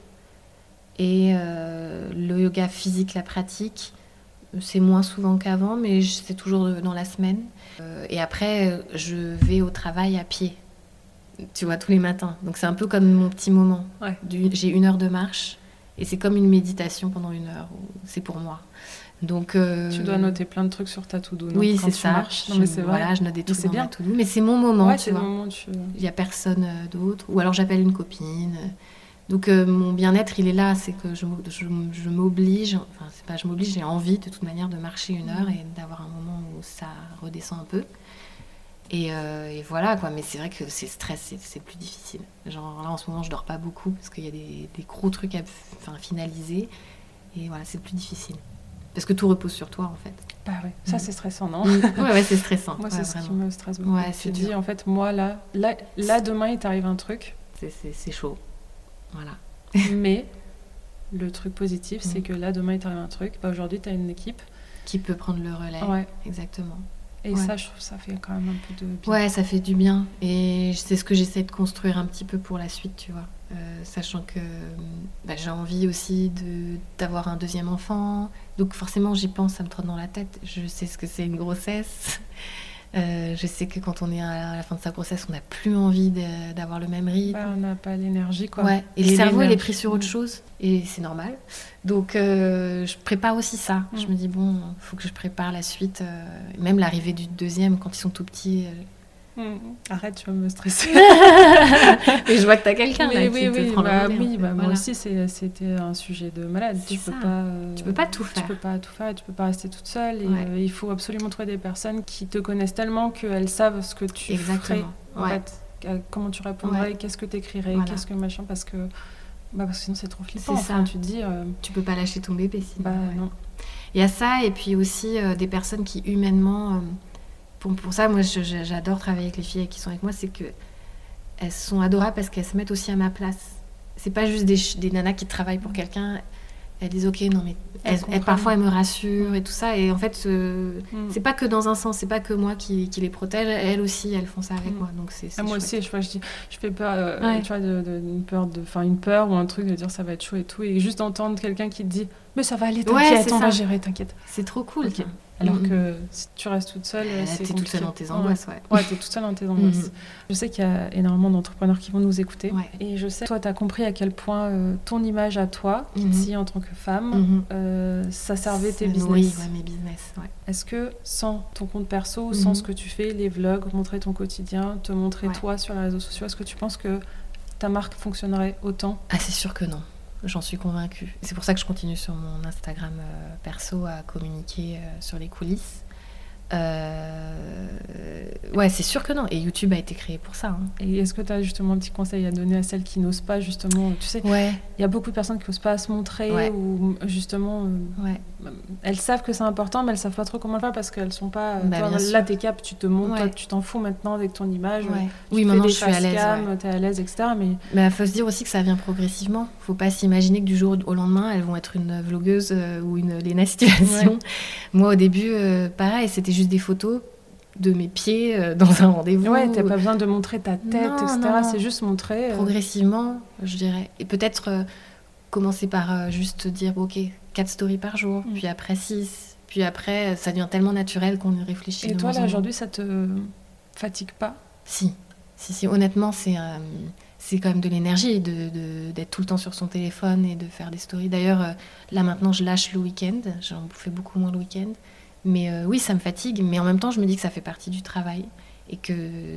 et euh, le yoga physique, la pratique. C'est moins souvent qu'avant, mais c'est toujours dans la semaine. Euh, et après, je vais au travail à pied, tu vois, tous les matins. Donc c'est un peu comme mon petit moment. Ouais. Du, j'ai une heure de marche, et c'est comme une méditation pendant une heure. C'est pour moi. Donc, euh... tu dois noter plein de trucs sur ta to-do, non? Oui, quand c'est tu ça. Marches. Non, je, mais c'est vrai. Voilà, je note des trucs c'est dans bien. ma to-do. Mais c'est mon moment, ouais, tu c'est vois. Le moment où tu... Il n'y a personne d'autre. Ou alors j'appelle une copine... Donc euh, mon bien-être, il est là, c'est que je, je, je m'oblige, enfin c'est pas je m'oblige, j'ai envie de toute manière de marcher une heure et d'avoir un moment où ça redescend un peu. Et, euh, et voilà quoi, mais c'est vrai que c'est stress, c'est, c'est plus difficile. Genre là en ce moment je dors pas beaucoup parce qu'il y a des, des gros trucs à enfin, finaliser et voilà, c'est plus difficile. Parce que tout repose sur toi en fait. Bah ouais, ça mmh. c'est stressant, non? mmh. Ouais, ouais, c'est stressant. Moi ouais, c'est vraiment. ce qui me stresse beaucoup. Ouais, tu dis en fait, moi là, là, là demain il t'arrive un truc. c'est, c'est, c'est chaud. Voilà. Mais le truc positif, c'est mmh. que là, demain, il t'arrive un truc. Bah, aujourd'hui, tu as une équipe qui peut prendre le relais. Ouais. Exactement. Et ouais. ça, je trouve ça fait quand même un peu de bien. Ouais, ça fait du bien. Et c'est ce que j'essaie de construire un petit peu pour la suite, tu vois. Euh, sachant que bah, j'ai envie aussi de, d'avoir un deuxième enfant. Donc forcément, j'y pense, ça me trotte dans la tête. Je sais ce que c'est une grossesse. Euh, je sais que quand on est à la fin de sa grossesse, on n'a plus envie de, d'avoir le même rythme. Bah, on n'a pas l'énergie, quoi. Ouais. Et, et le cerveau, il est pris sur autre chose. Et c'est normal. Donc, euh, je prépare aussi ça. Mm. Je me dis, bon, il faut que je prépare la suite. Euh, même l'arrivée du deuxième, quand ils sont tout petits. Euh... Mm. Arrête, tu vas me stresser. Et je vois que t'as quelqu'un mais là, oui, qui oui, te prend bah, le relais. Oui, bah, voilà. moi aussi, c'est, c'était un sujet de malade. C'est tu ça. peux pas, euh, tu peux pas tout faire. Tu peux pas tout faire et tu peux pas rester toute seule. Et ouais. euh, il faut absolument trouver des personnes qui te connaissent tellement qu'elles savent ce que tu Exactement. ferais. En ouais. fait, comment tu répondrais, ouais. qu'est-ce que tu écrirais, voilà. qu'est-ce que machin, parce que, bah, parce que sinon c'est trop flippant. C'est enfin, ça. Tu te dis. Euh... Tu peux pas lâcher ton bébé sinon. Bah, ouais. non. Il y a ça, et puis aussi euh, des personnes qui humainement. Euh, pour, pour ça, moi, je, j'adore travailler avec les filles qui sont avec moi, c'est que elles sont adorables parce qu'elles se mettent aussi à ma place. C'est pas juste des, des nanas qui travaillent pour quelqu'un. Elles disent ok, non mais elles, elles, parfois elles me rassurent et tout ça. Et en fait, euh, mm. c'est pas que dans un sens, c'est pas que moi qui, qui les protège. Elles aussi, elles font ça avec mm. moi. Donc c'est, c'est ah, moi chouette. aussi, je, vois, je, dis, je fais peur, euh, ouais. tu vois, de, de, une peur, de, enfin une peur ou un truc de dire ça va être chaud et tout, et juste d'entendre quelqu'un qui te dit mais ça va aller, t'inquiète, ouais, on ça. va gérer, t'inquiète. C'est trop cool. Okay. Alors mm-hmm. que si tu restes toute seule, euh, c'est t'es compliqué. toute seule dans tes angoisses, ouais. Ouais, t'es toute seule dans tes angoisses. Mm-hmm. Je sais qu'il y a énormément d'entrepreneurs qui vont nous écouter. Ouais. Et je sais que toi, t'as compris à quel point euh, ton image à toi, qui mm-hmm. te tient en tant que femme, mm-hmm. euh, ça servait tes business. Oui, ouais, mes business, ouais. Est-ce que sans ton compte perso, mm-hmm. sans ce que tu fais, les vlogs, montrer ton quotidien, te montrer ouais. toi sur les réseaux sociaux, est-ce que tu penses que ta marque fonctionnerait autant ? Ah, c'est sûr que non. J'en suis convaincue. C'est pour ça que je continue sur mon Instagram euh, perso à communiquer euh, sur les coulisses. Euh... Ouais, c'est sûr que non. Et YouTube a été créé pour ça. Hein. Et est-ce que tu as justement un petit conseil à donner à celles qui n'osent pas, justement ? Tu sais, ouais. il y a beaucoup de personnes qui n'osent pas se montrer ouais. ou justement, ouais. elles savent que c'est important, mais elles ne savent pas trop comment le faire parce qu'elles ne sont pas... Bah, toi, là, t'es cap, tu te montres, ouais. toi, tu t'en fous maintenant avec ton image. Ouais. Tu oui, fais maintenant, des je suis à l'aise. Cam, ouais. tu es à l'aise, et cetera. Mais il bah, faut se dire aussi que ça vient progressivement. Il ne faut pas s'imaginer que du jour au lendemain, elles vont être une vlogueuse euh, ou une Léna Situation. Ouais. Moi, au début, euh, pareil, c'était juste des photos de mes pieds euh, dans un rendez-vous. Ouais, t'as pas besoin de montrer ta tête, non, et cetera. Non. C'est juste montrer... Euh... Progressivement, je dirais. Et peut-être euh, commencer par euh, juste dire, ok, quatre stories par jour, mm. puis après six, puis après, ça devient tellement naturel qu'on y réfléchit. Et toi, là, aujourd'hui, ça te fatigue pas ? Si. Si, si. Honnêtement, c'est, euh, c'est quand même de l'énergie de, de, d'être tout le temps sur son téléphone et de faire des stories. D'ailleurs, euh, là, maintenant, je lâche le week-end. J'en fais beaucoup moins le week-end. Mais euh, oui, ça me fatigue, mais en même temps, je me dis que ça fait partie du travail et que,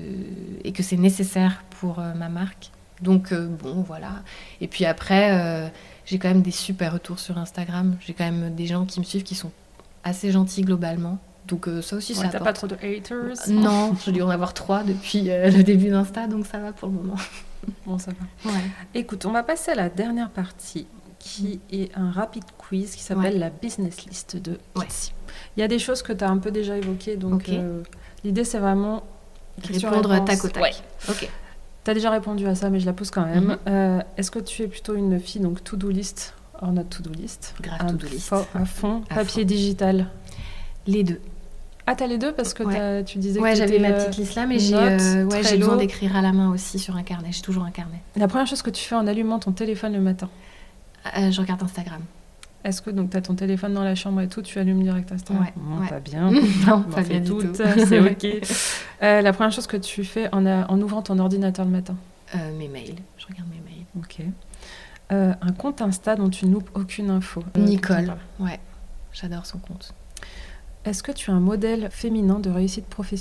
et que c'est nécessaire pour euh, ma marque. Donc, euh, bon, voilà. Et puis après, euh, j'ai quand même des super retours sur Instagram. J'ai quand même des gens qui me suivent qui sont assez gentils globalement. Donc, euh, ça aussi, ouais, ça t'as apporte. Pas trop de haters ? Non, je dois en avoir trois depuis euh, le début d'Insta, donc ça va pour le moment. Bon, ça va. Ouais. Écoute, on va passer à la dernière partie, qui est un rapide quiz qui s'appelle ouais. la business list de Kitsi. Ouais. Il y a des choses que tu as un peu déjà évoquées, donc okay. euh, l'idée c'est vraiment répondre tac au tac. Ouais. Ok. Tu as déjà répondu à ça, mais je la pose quand même. Mm-hmm. Euh, est-ce que tu es plutôt une fille donc to-do list or not to-do list ? Grave to-do list. Fo- à fond. À papier fond. Digital ? Les deux. Ah, t'as les deux parce que ouais. tu disais ouais, que j'avais ma petite liste là, mais j'ai, notes, euh, ouais, j'ai besoin d'écrire à la main aussi sur un carnet. J'ai toujours un carnet. La première chose que tu fais en allumant ton téléphone le matin ? euh, Je regarde Instagram. Est-ce que donc tu as ton téléphone dans la chambre et tout, tu allumes direct Instagram ? Ouais, bon, ouais. Pas bien. Non, pas bien du toutes, tout. C'est ok. euh, la première chose que tu fais en, a, en ouvrant ton ordinateur le matin ? euh, Mes mails. Je regarde mes mails. Ok. Euh, un compte Insta dont tu ne loupes aucune info ? euh, Nicole. Ouais. J'adore son compte. Est-ce que tu as un modèle féminin de réussite professionnelle ?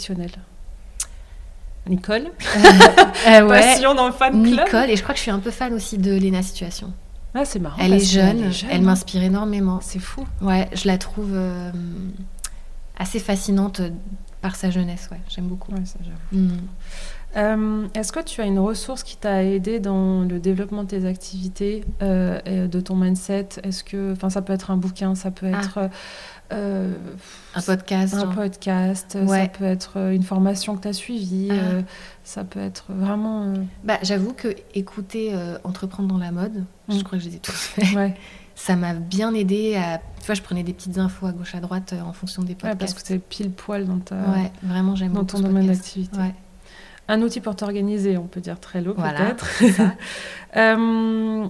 Nicole. euh, ouais. Passion dans le fan club. Nicole, et je crois que je suis un peu fan aussi de Léna Situation. Ah, c'est marrant. Elle est, jeune, elle est jeune, elle m'inspire énormément. C'est fou. Ouais, je la trouve euh, assez fascinante par sa jeunesse, ouais, j'aime beaucoup. Ouais, ça, j'avoue. Mm. Euh, est-ce que tu as une ressource qui t'a aidé dans le développement de tes activités, euh, et de ton mindset ? Est-ce que, enfin, ça peut être un bouquin, ça peut être... Ah. euh, Un podcast. Un genre. podcast, Ouais. ça peut être une formation que tu as suivie, Ah. euh, ça peut être vraiment... euh, Bah, j'avoue que écouter euh, Entreprendre dans la mode, Mm. je crois que je les ai tous faits, Ouais. ça m'a bien aidé à... Tu vois, je prenais des petites infos à gauche à droite euh, en fonction des Ouais, podcasts. parce que c'est pile poil dans, ta, Ouais, vraiment, j'aime dans beaucoup ton ce domaine podcast. d'activité. Ouais. Un outil pour t'organiser, on peut dire Trello Voilà, peut-être. c'est ça. Euh,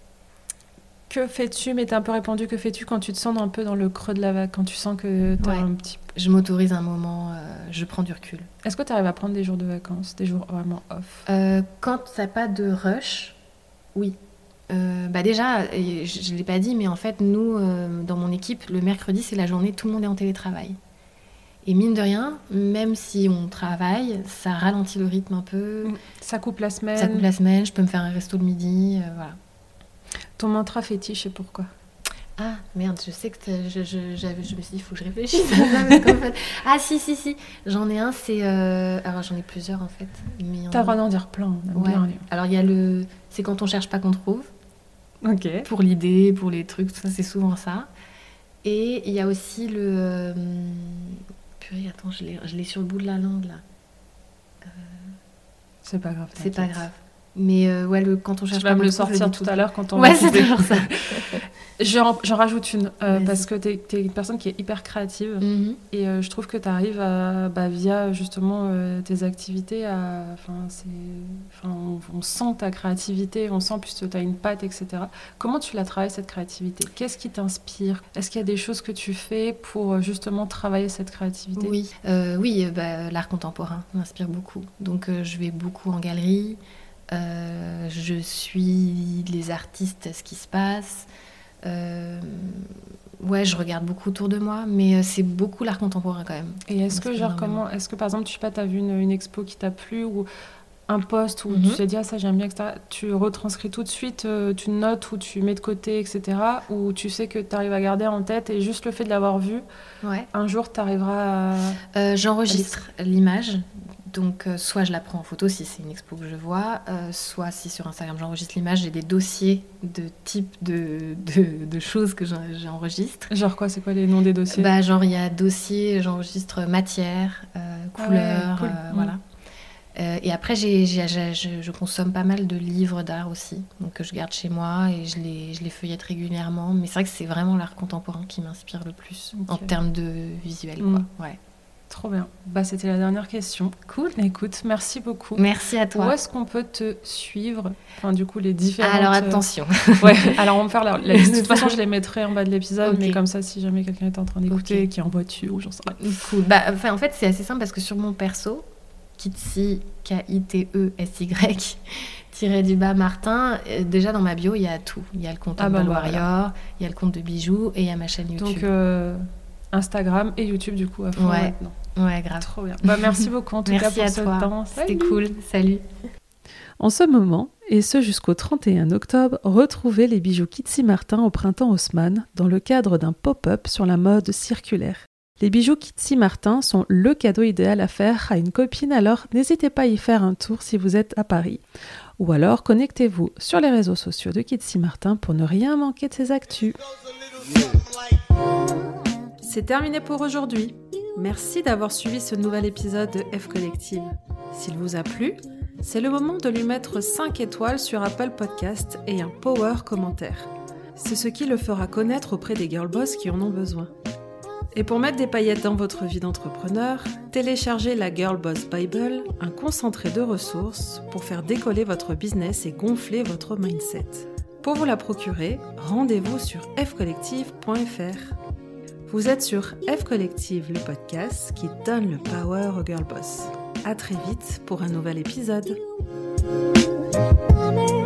que fais-tu, mais t'as un peu répondu, que fais-tu quand tu te sens un peu dans le creux de la vague, quand tu sens que t'as Ouais. un petit... Je m'autorise un moment, euh, je prends du recul. Est-ce que tu arrives à prendre des jours de vacances, des jours vraiment off? Euh, quand t'as pas de rush, oui. Euh, bah déjà, et je ne l'ai pas dit, mais en fait, nous, euh, dans mon équipe, le mercredi, c'est la journée, tout le monde est en télétravail. Et mine de rien, même si on travaille, ça ralentit le rythme un peu, Ça coupe la semaine. ça coupe la semaine, je peux me faire un resto le midi, euh, voilà. Ton mantra fétiche, et pourquoi? Ah, merde, je sais que t'as- je, je, j'avais- je me suis dit, il faut que je réfléchisse à ça, parce qu'en fait... Ah, si, si, si, j'en ai un, c'est... euh, Alors, j'en ai plusieurs, en fait. Mais il y en a- T'as le droit d'en dire plein, on aime Ouais. bien. Alors, il y a le... C'est quand on cherche pas qu'on trouve. Ok. Pour l'idée, pour les trucs, tout ça, c'est souvent ça. Et il y a aussi le... euh, Purée, attends, je l'ai, je l'ai sur le bout de la langue, là. C'est pas grave. C'est pas t'inquiète. grave. Mais euh, ouais, le... quand on cherche Tu pas vas me qu'on le trouve, je sortir dis tout à l'heure quand on Ouais, va c'est couper. toujours ça. J'en, j'en rajoute une, euh, Vas-y. parce que t'es, t'es une personne qui est hyper créative. Mhm. Et euh, je trouve que tu arrives à, bah, via justement euh, tes activités, à, enfin, c'est, enfin, on, on sent ta créativité, on sent puisque tu as une patte, et cetera. Comment tu la travailles cette créativité? Qu'est-ce qui t'inspire? Est-ce qu'il y a des choses que tu fais pour euh, justement travailler cette créativité? Oui, euh, oui euh, bah, l'art contemporain m'inspire beaucoup. Donc euh, je vais beaucoup en galerie, euh, je suis les artistes, ce qui se passe. Euh, ouais, je regarde beaucoup autour de moi, mais euh, c'est beaucoup l'art contemporain quand même. Et est-ce que, m'inspire genre, énormément. comment, est-ce que par exemple, tu sais pas, t'as vu une, une expo qui t'a plu ou un post où Mhm. tu t'es dit, ah, ça j'aime bien, et cetera. Tu retranscris tout de suite, euh, tu notes ou tu mets de côté, et cetera. Ou tu sais que tu arrives à garder en tête et juste le fait de l'avoir vu, Ouais. un jour tu arriveras à... Euh, j'enregistre l'image, donc euh, soit je la prends en photo si c'est une expo que je vois, euh, soit si sur Instagram j'enregistre l'image, j'ai des dossiers de type de, de, de choses que j'en- j'enregistre. Genre quoi, c'est quoi les noms des dossiers? Bah, genre, il y a dossier, j'enregistre matière, euh, Ah ouais, couleur, cool. euh, Mm. voilà. Euh, et après, j'ai, j'ai- j'ai- je, je consomme pas mal de livres d'art aussi, donc que je garde chez moi et je les, je les feuillette régulièrement. Mais c'est vrai que c'est vraiment l'art contemporain qui m'inspire le plus en Ok. termes de visuel, quoi. Mm. Ouais. Trop bien. Bah, c'était la dernière question. Cool. Écoute, merci beaucoup. Merci à Où toi. est-ce qu'on peut te suivre? Enfin, du coup, les différentes... Alors euh, attention. Ouais, alors on va faire la, la liste. De toute façon, je les mettrai en bas de l'épisode, Ok. mais comme ça, si jamais quelqu'un est en train d'écouter, Ok. qui est en voiture ou j'en sais rien. Cool. Bah, enfin, en fait, c'est assez simple parce que sur mon perso, Kitsy, K I T E S Y, tiré du bas Martin, euh, déjà dans ma bio, il y a tout. Il y a le compte Ah bah Humble voilà. Warrior, il y a le compte de bijoux et il y a ma chaîne YouTube. Donc, euh, Instagram et YouTube, du coup, à fond Ouais. maintenant. Ouais, grave. Trop bien. Bah, merci beaucoup, en tout Merci cas, à pour ce toi. temps. C'était Salut. cool. Salut. En ce moment, et ce jusqu'au trente et un octobre, retrouvez les bijoux Kitsy Martin au printemps Haussmann dans le cadre d'un pop-up sur la mode circulaire. Les bijoux Kitsy Martin sont le cadeau idéal à faire à une copine, alors n'hésitez pas à y faire un tour si vous êtes à Paris. Ou alors connectez-vous sur les réseaux sociaux de Kitsy Martin pour ne rien manquer de ses actus. C'est terminé pour aujourd'hui. Merci d'avoir suivi ce nouvel épisode de F Collective. S'il vous a plu, c'est le moment de lui mettre cinq étoiles sur Apple Podcast et un power commentaire. C'est ce qui le fera connaître auprès des girl boss qui en ont besoin. Et pour mettre des paillettes dans votre vie d'entrepreneur, téléchargez la Girl Boss Bible, un concentré de ressources pour faire décoller votre business et gonfler votre mindset. Pour vous la procurer, rendez-vous sur f collective point f r. Vous êtes sur F Collective, le podcast qui donne le power aux girl boss. À très vite pour un nouvel épisode.